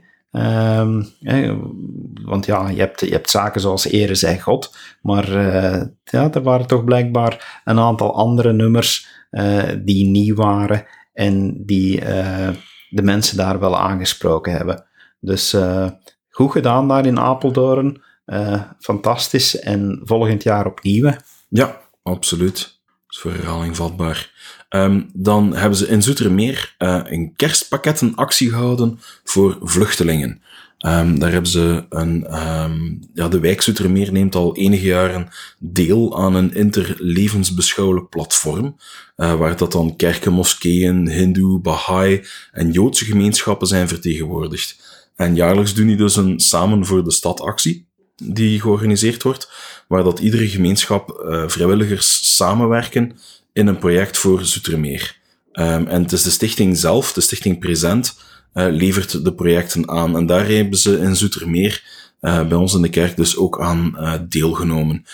Want ja, je hebt zaken zoals Ere zij God, maar er waren toch blijkbaar een aantal andere nummers die nieuw waren en die de mensen daar wel aangesproken hebben. Dus goed gedaan daar in Apeldoorn, fantastisch en volgend jaar opnieuw. Ja, absoluut. Dat is voor herhaling vatbaar. Dan hebben ze in Zoetermeer een kerstpakkettenactie gehouden voor vluchtelingen. Daar hebben ze de wijk Zoetermeer neemt al enige jaren deel aan een interlevensbeschouwelijk platform, waar dat dan kerken, moskeeën, hindoe, Baha'i en Joodse gemeenschappen zijn vertegenwoordigd. En jaarlijks doen die dus een Samen voor de Stad actie, die georganiseerd wordt, waar dat iedere gemeenschap vrijwilligers samenwerken in een project voor Zoetermeer. En het is de stichting zelf, de stichting Present, levert de projecten aan. En daar hebben ze in Zoetermeer, bij ons in de kerk, dus ook aan deelgenomen.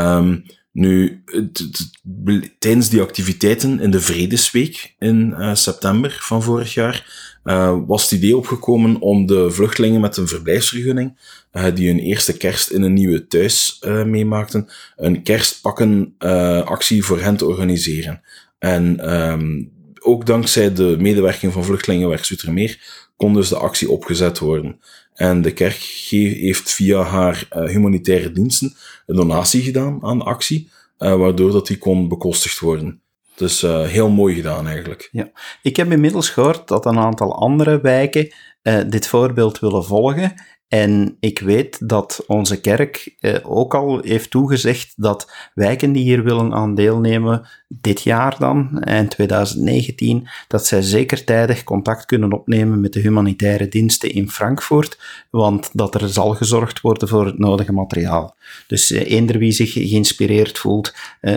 Tijdens die activiteiten in de Vredesweek in september van vorig jaar, was het idee opgekomen om de vluchtelingen met een verblijfsvergunning, die hun eerste kerst in een nieuwe thuis meemaakten, een kerstpakkenactie voor hen te organiseren. En ook dankzij de medewerking van Vluchtelingenwerk Zoetermeer kon dus de actie opgezet worden. En de kerk heeft via haar humanitaire diensten een donatie gedaan aan de actie, waardoor dat die kon bekostigd worden. Dus heel mooi gedaan eigenlijk. Ja. Ik heb inmiddels gehoord dat een aantal andere wijken dit voorbeeld willen volgen. En ik weet dat onze kerk ook al heeft toegezegd dat wijken die hier willen aan deelnemen, dit jaar dan, eind 2019, dat zij zeker tijdig contact kunnen opnemen met de humanitaire diensten in Frankfurt, want dat er zal gezorgd worden voor het nodige materiaal. Dus eender wie zich geïnspireerd voelt,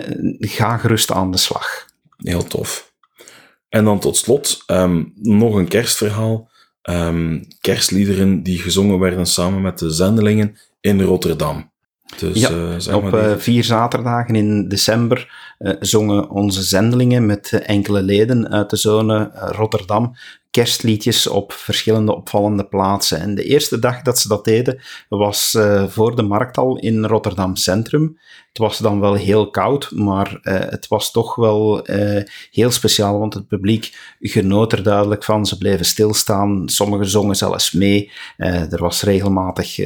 ga gerust aan de slag. Heel tof. En dan tot slot nog een kerstverhaal. Kerstliederen die gezongen werden samen met de zendelingen in Rotterdam. Dus, ja, op 4 zaterdagen in december zongen onze zendelingen met enkele leden uit de zone Rotterdam kerstliedjes op verschillende opvallende plaatsen. En de eerste dag dat ze dat deden was voor de Markthal in Rotterdam Centrum. Het was dan wel heel koud, maar het was toch wel heel speciaal, want het publiek genoot er duidelijk van. Ze bleven stilstaan, sommigen zongen zelfs mee. Er was regelmatig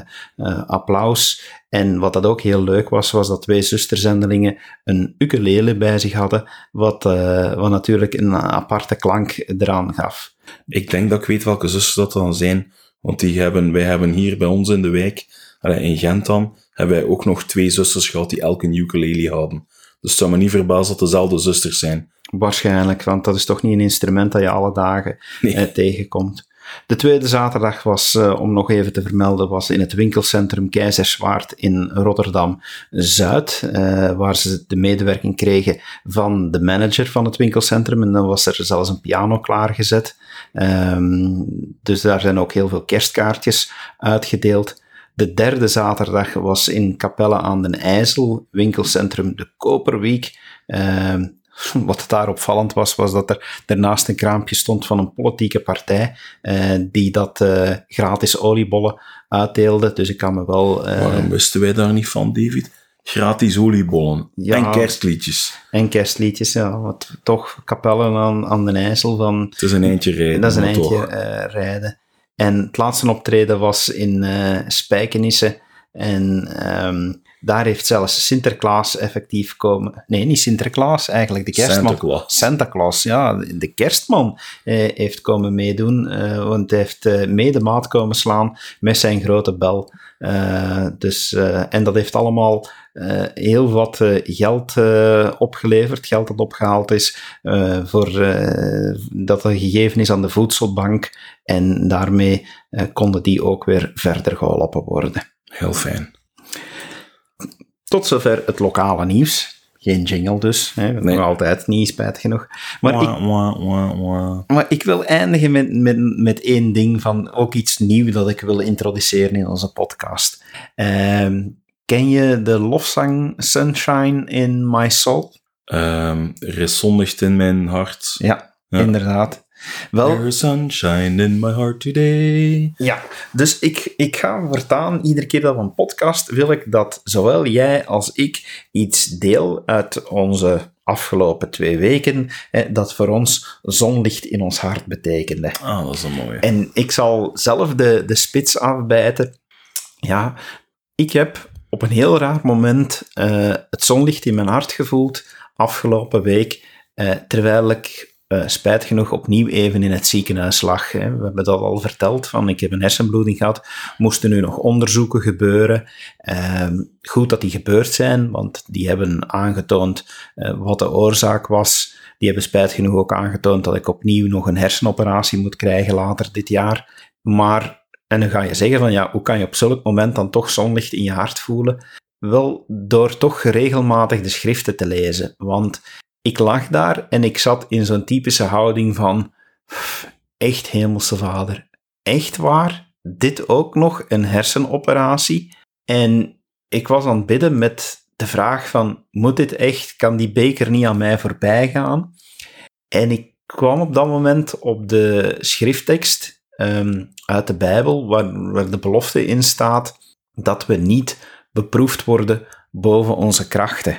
applaus. En wat dat ook heel leuk was, was dat 2 zusterzendelingen een ukulele bij zich hadden, wat natuurlijk een aparte klank eraan gaf. Ik denk dat ik weet welke zusters dat dan zijn, want wij hebben hier bij ons in de wijk, in Gent dan, hebben wij ook nog 2 zusters gehad die elk een ukulele hadden. Dus het zou me niet verbazen dat dezelfde zusters zijn. Waarschijnlijk, want dat is toch niet een instrument dat je alle dagen tegenkomt. De tweede zaterdag was, om nog even te vermelden, was in het winkelcentrum Keizerswaard in Rotterdam-Zuid, waar ze de medewerking kregen van de manager van het winkelcentrum. En dan was er zelfs een piano klaargezet. Dus daar zijn ook heel veel kerstkaartjes uitgedeeld. De derde zaterdag was in Capelle aan den IJssel, winkelcentrum De Koperwiek. Wat daar opvallend was dat er daarnaast een kraampje stond van een politieke partij die dat gratis oliebollen uitdeelde. Dus ik kan me wel... Waarom wisten wij daar niet van, David? Gratis oliebollen. Ja, en kerstliedjes. En kerstliedjes, ja. Wat toch Capelle aan den IJssel van... Het is een eindje rijden. Dat is een eindje rijden. En het laatste optreden was in Spijkenisse. En daar heeft zelfs Sinterklaas effectief komen... Nee, niet Sinterklaas, eigenlijk de kerstman. Santa Claus, ja. De kerstman heeft komen meedoen, want hij heeft mee de maat komen slaan met zijn grote bel. En dat heeft allemaal heel wat geld opgeleverd. Geld dat opgehaald is dat er gegeven is aan de voedselbank. En daarmee konden die ook weer verder geholpen worden. Heel fijn. Tot zover het lokale nieuws. Geen jingle dus. Hè. Nee. Nog altijd niet, spijtig genoeg. Maar ik wil eindigen met één ding van ook iets nieuws dat ik wil introduceren in onze podcast. Ken je de lofzang Sunshine in My Soul? Er is zonlicht in mijn hart. Ja. Inderdaad. Wel, there's sunshine in my heart today. Ja, dus ik ga voortaan, iedere keer dat we een podcast, wil ik dat zowel jij als ik iets deel uit onze afgelopen 2 weken, dat voor ons zonlicht in ons hart betekende. Ah, dat is een mooie. En ik zal zelf de spits afbijten. Ja, ik heb op een heel raar moment het zonlicht in mijn hart gevoeld afgelopen week, terwijl ik spijt genoeg opnieuw even in het ziekenhuis lag. We hebben dat al verteld, van ik heb een hersenbloeding gehad, moesten nu nog onderzoeken gebeuren. Goed dat die gebeurd zijn, want die hebben aangetoond wat de oorzaak was. Die hebben spijt genoeg ook aangetoond dat ik opnieuw nog een hersenoperatie moet krijgen later dit jaar. Maar, en dan ga je zeggen van ja, hoe kan je op zulk moment dan toch zonlicht in je hart voelen? Wel, door toch regelmatig de schriften te lezen, want ik lag daar en ik zat in zo'n typische houding van echt hemelse vader, echt waar? Dit ook nog een hersenoperatie? En ik was aan het bidden met de vraag van, moet dit echt, kan die beker niet aan mij voorbij gaan? En ik kwam op dat moment op de schrifttekst uit de Bijbel, waar de belofte in staat dat we niet beproefd worden boven onze krachten.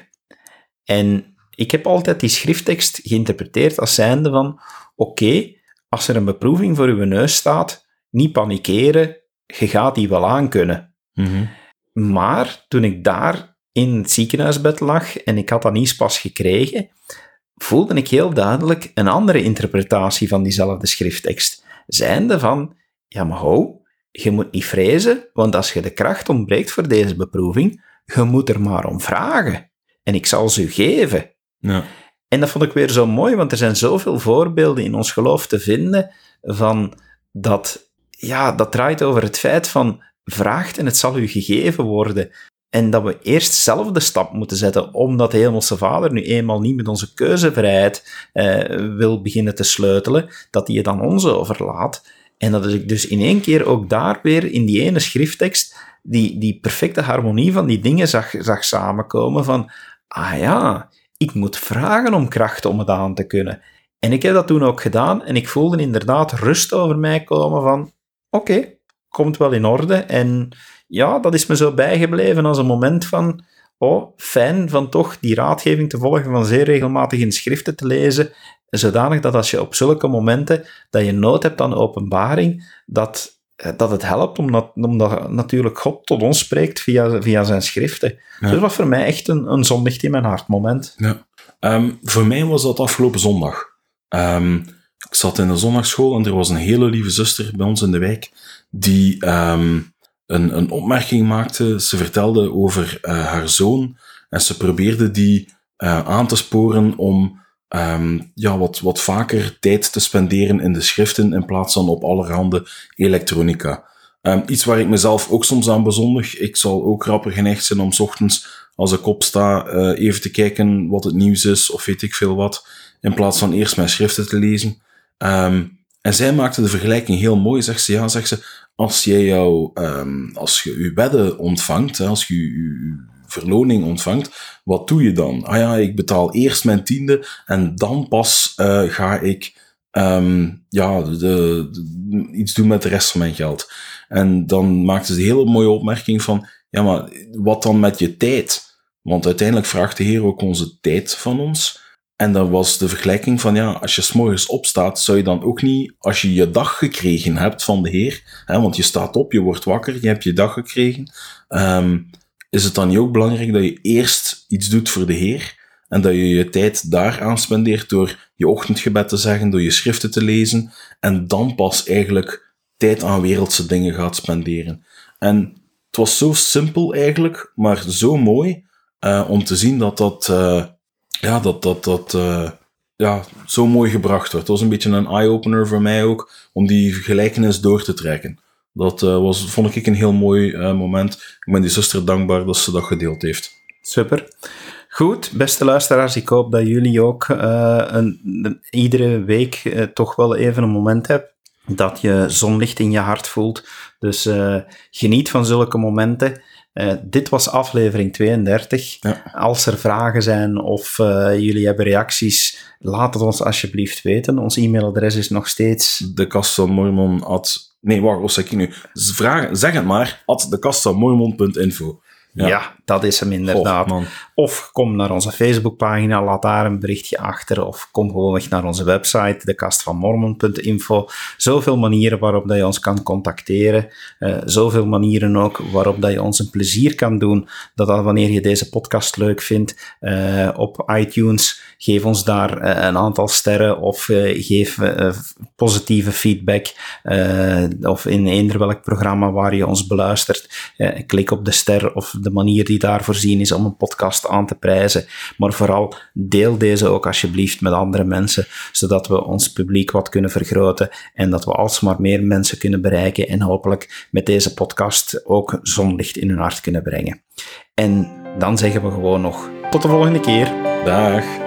En ik heb altijd die schrifttekst geïnterpreteerd als zijnde van, oké, als er een beproeving voor uw neus staat, niet panikeren, je gaat die wel aankunnen. Mm-hmm. Maar toen ik daar in het ziekenhuisbed lag en ik had dat nieuws pas gekregen, voelde ik heel duidelijk een andere interpretatie van diezelfde schrifttekst. Zijnde van, ja maar ho, je moet niet vrezen, want als je de kracht ontbreekt voor deze beproeving, je moet er maar om vragen. En ik zal ze u geven. Ja. En dat vond ik weer zo mooi, want er zijn zoveel voorbeelden in ons geloof te vinden van dat draait over het feit van vraagt en het zal u gegeven worden. En dat we eerst zelf de stap moeten zetten, omdat de Hemelse Vader nu eenmaal niet met onze keuzevrijheid wil beginnen te sleutelen, dat hij het aan ons overlaat. En dat ik dus in één keer ook daar weer in die ene schrifttekst die perfecte harmonie van die dingen zag samenkomen van, ah ja, ik moet vragen om kracht om het aan te kunnen. En ik heb dat toen ook gedaan en ik voelde inderdaad rust over mij komen van, oké, komt wel in orde. En ja, dat is me zo bijgebleven als een moment van, oh, fijn van toch die raadgeving te volgen, van zeer regelmatig in schriften te lezen, zodanig dat als je op zulke momenten dat je nood hebt aan openbaring, dat het helpt, omdat natuurlijk God tot ons spreekt via zijn schriften. Ja. Dus dat was voor mij echt een zonlicht in mijn hart moment. Ja. Voor mij was dat afgelopen zondag. Ik zat in de zondagsschool en er was een hele lieve zuster bij ons in de wijk die een opmerking maakte. Ze vertelde over haar zoon en ze probeerde die aan te sporen om wat vaker tijd te spenderen in de schriften in plaats van op allerhande elektronica. Iets waar ik mezelf ook soms aan bezondig. Ik zal ook rapper geneigd zijn om 's ochtends, als ik opsta, even te kijken wat het nieuws is, of weet ik veel wat, in plaats van eerst mijn schriften te lezen. En zij maakte de vergelijking heel mooi. Zegt ze, als je je wedden ontvangt, als je je verloning ontvangt, wat doe je dan? Ik betaal eerst mijn 10e en dan pas ga ik iets doen met de rest van mijn geld. En dan maakte ze een hele mooie opmerking van, maar wat dan met je tijd? Want uiteindelijk vraagt de Heer ook onze tijd van ons. En dan was de vergelijking van, als je 's morgens opstaat, zou je dan ook niet, als je je dag gekregen hebt van de Heer, want je staat op, je wordt wakker, je hebt je dag gekregen, is het dan niet ook belangrijk dat je eerst iets doet voor de Heer en dat je je tijd daaraan spendeert door je ochtendgebed te zeggen, door je schriften te lezen en dan pas eigenlijk tijd aan wereldse dingen gaat spenderen. En het was zo simpel eigenlijk, maar zo mooi om te zien dat zo mooi gebracht wordt. Het was een beetje een eye-opener voor mij ook, om die gelijkenis door te trekken. Dat vond ik een heel mooi moment. Ik ben die zuster dankbaar dat ze dat gedeeld heeft. Super. Goed, beste luisteraars, ik hoop dat jullie ook iedere week toch wel even een moment hebben dat je zonlicht in je hart voelt. Dus geniet van zulke momenten. Dit was aflevering 32. Ja. Als er vragen zijn of jullie hebben reacties, laat het ons alsjeblieft weten. Ons e-mailadres is nog steeds dekastvanmormon@... Nee, wacht, wat zeg ik nu? Zeg het maar, @dekastvanmormon.info. Ja, dat is hem inderdaad. Of kom naar onze Facebookpagina, laat daar een berichtje achter, of kom gewoon naar onze website, dekastvanmormon.info. Zoveel manieren waarop dat je ons kan contacteren. Zoveel manieren ook waarop dat je ons een plezier kan doen, dat wanneer je deze podcast leuk vindt, op iTunes, geef ons daar een aantal sterren, of geef positieve feedback, of in eender welk programma waar je ons beluistert, klik op de ster of de manier die daar voorzien is om een podcast aan te prijzen. Maar vooral deel deze ook alsjeblieft met andere mensen, zodat we ons publiek wat kunnen vergroten en dat we alsmaar meer mensen kunnen bereiken en hopelijk met deze podcast ook zonlicht in hun hart kunnen brengen. En dan zeggen we gewoon nog tot de volgende keer. Dag.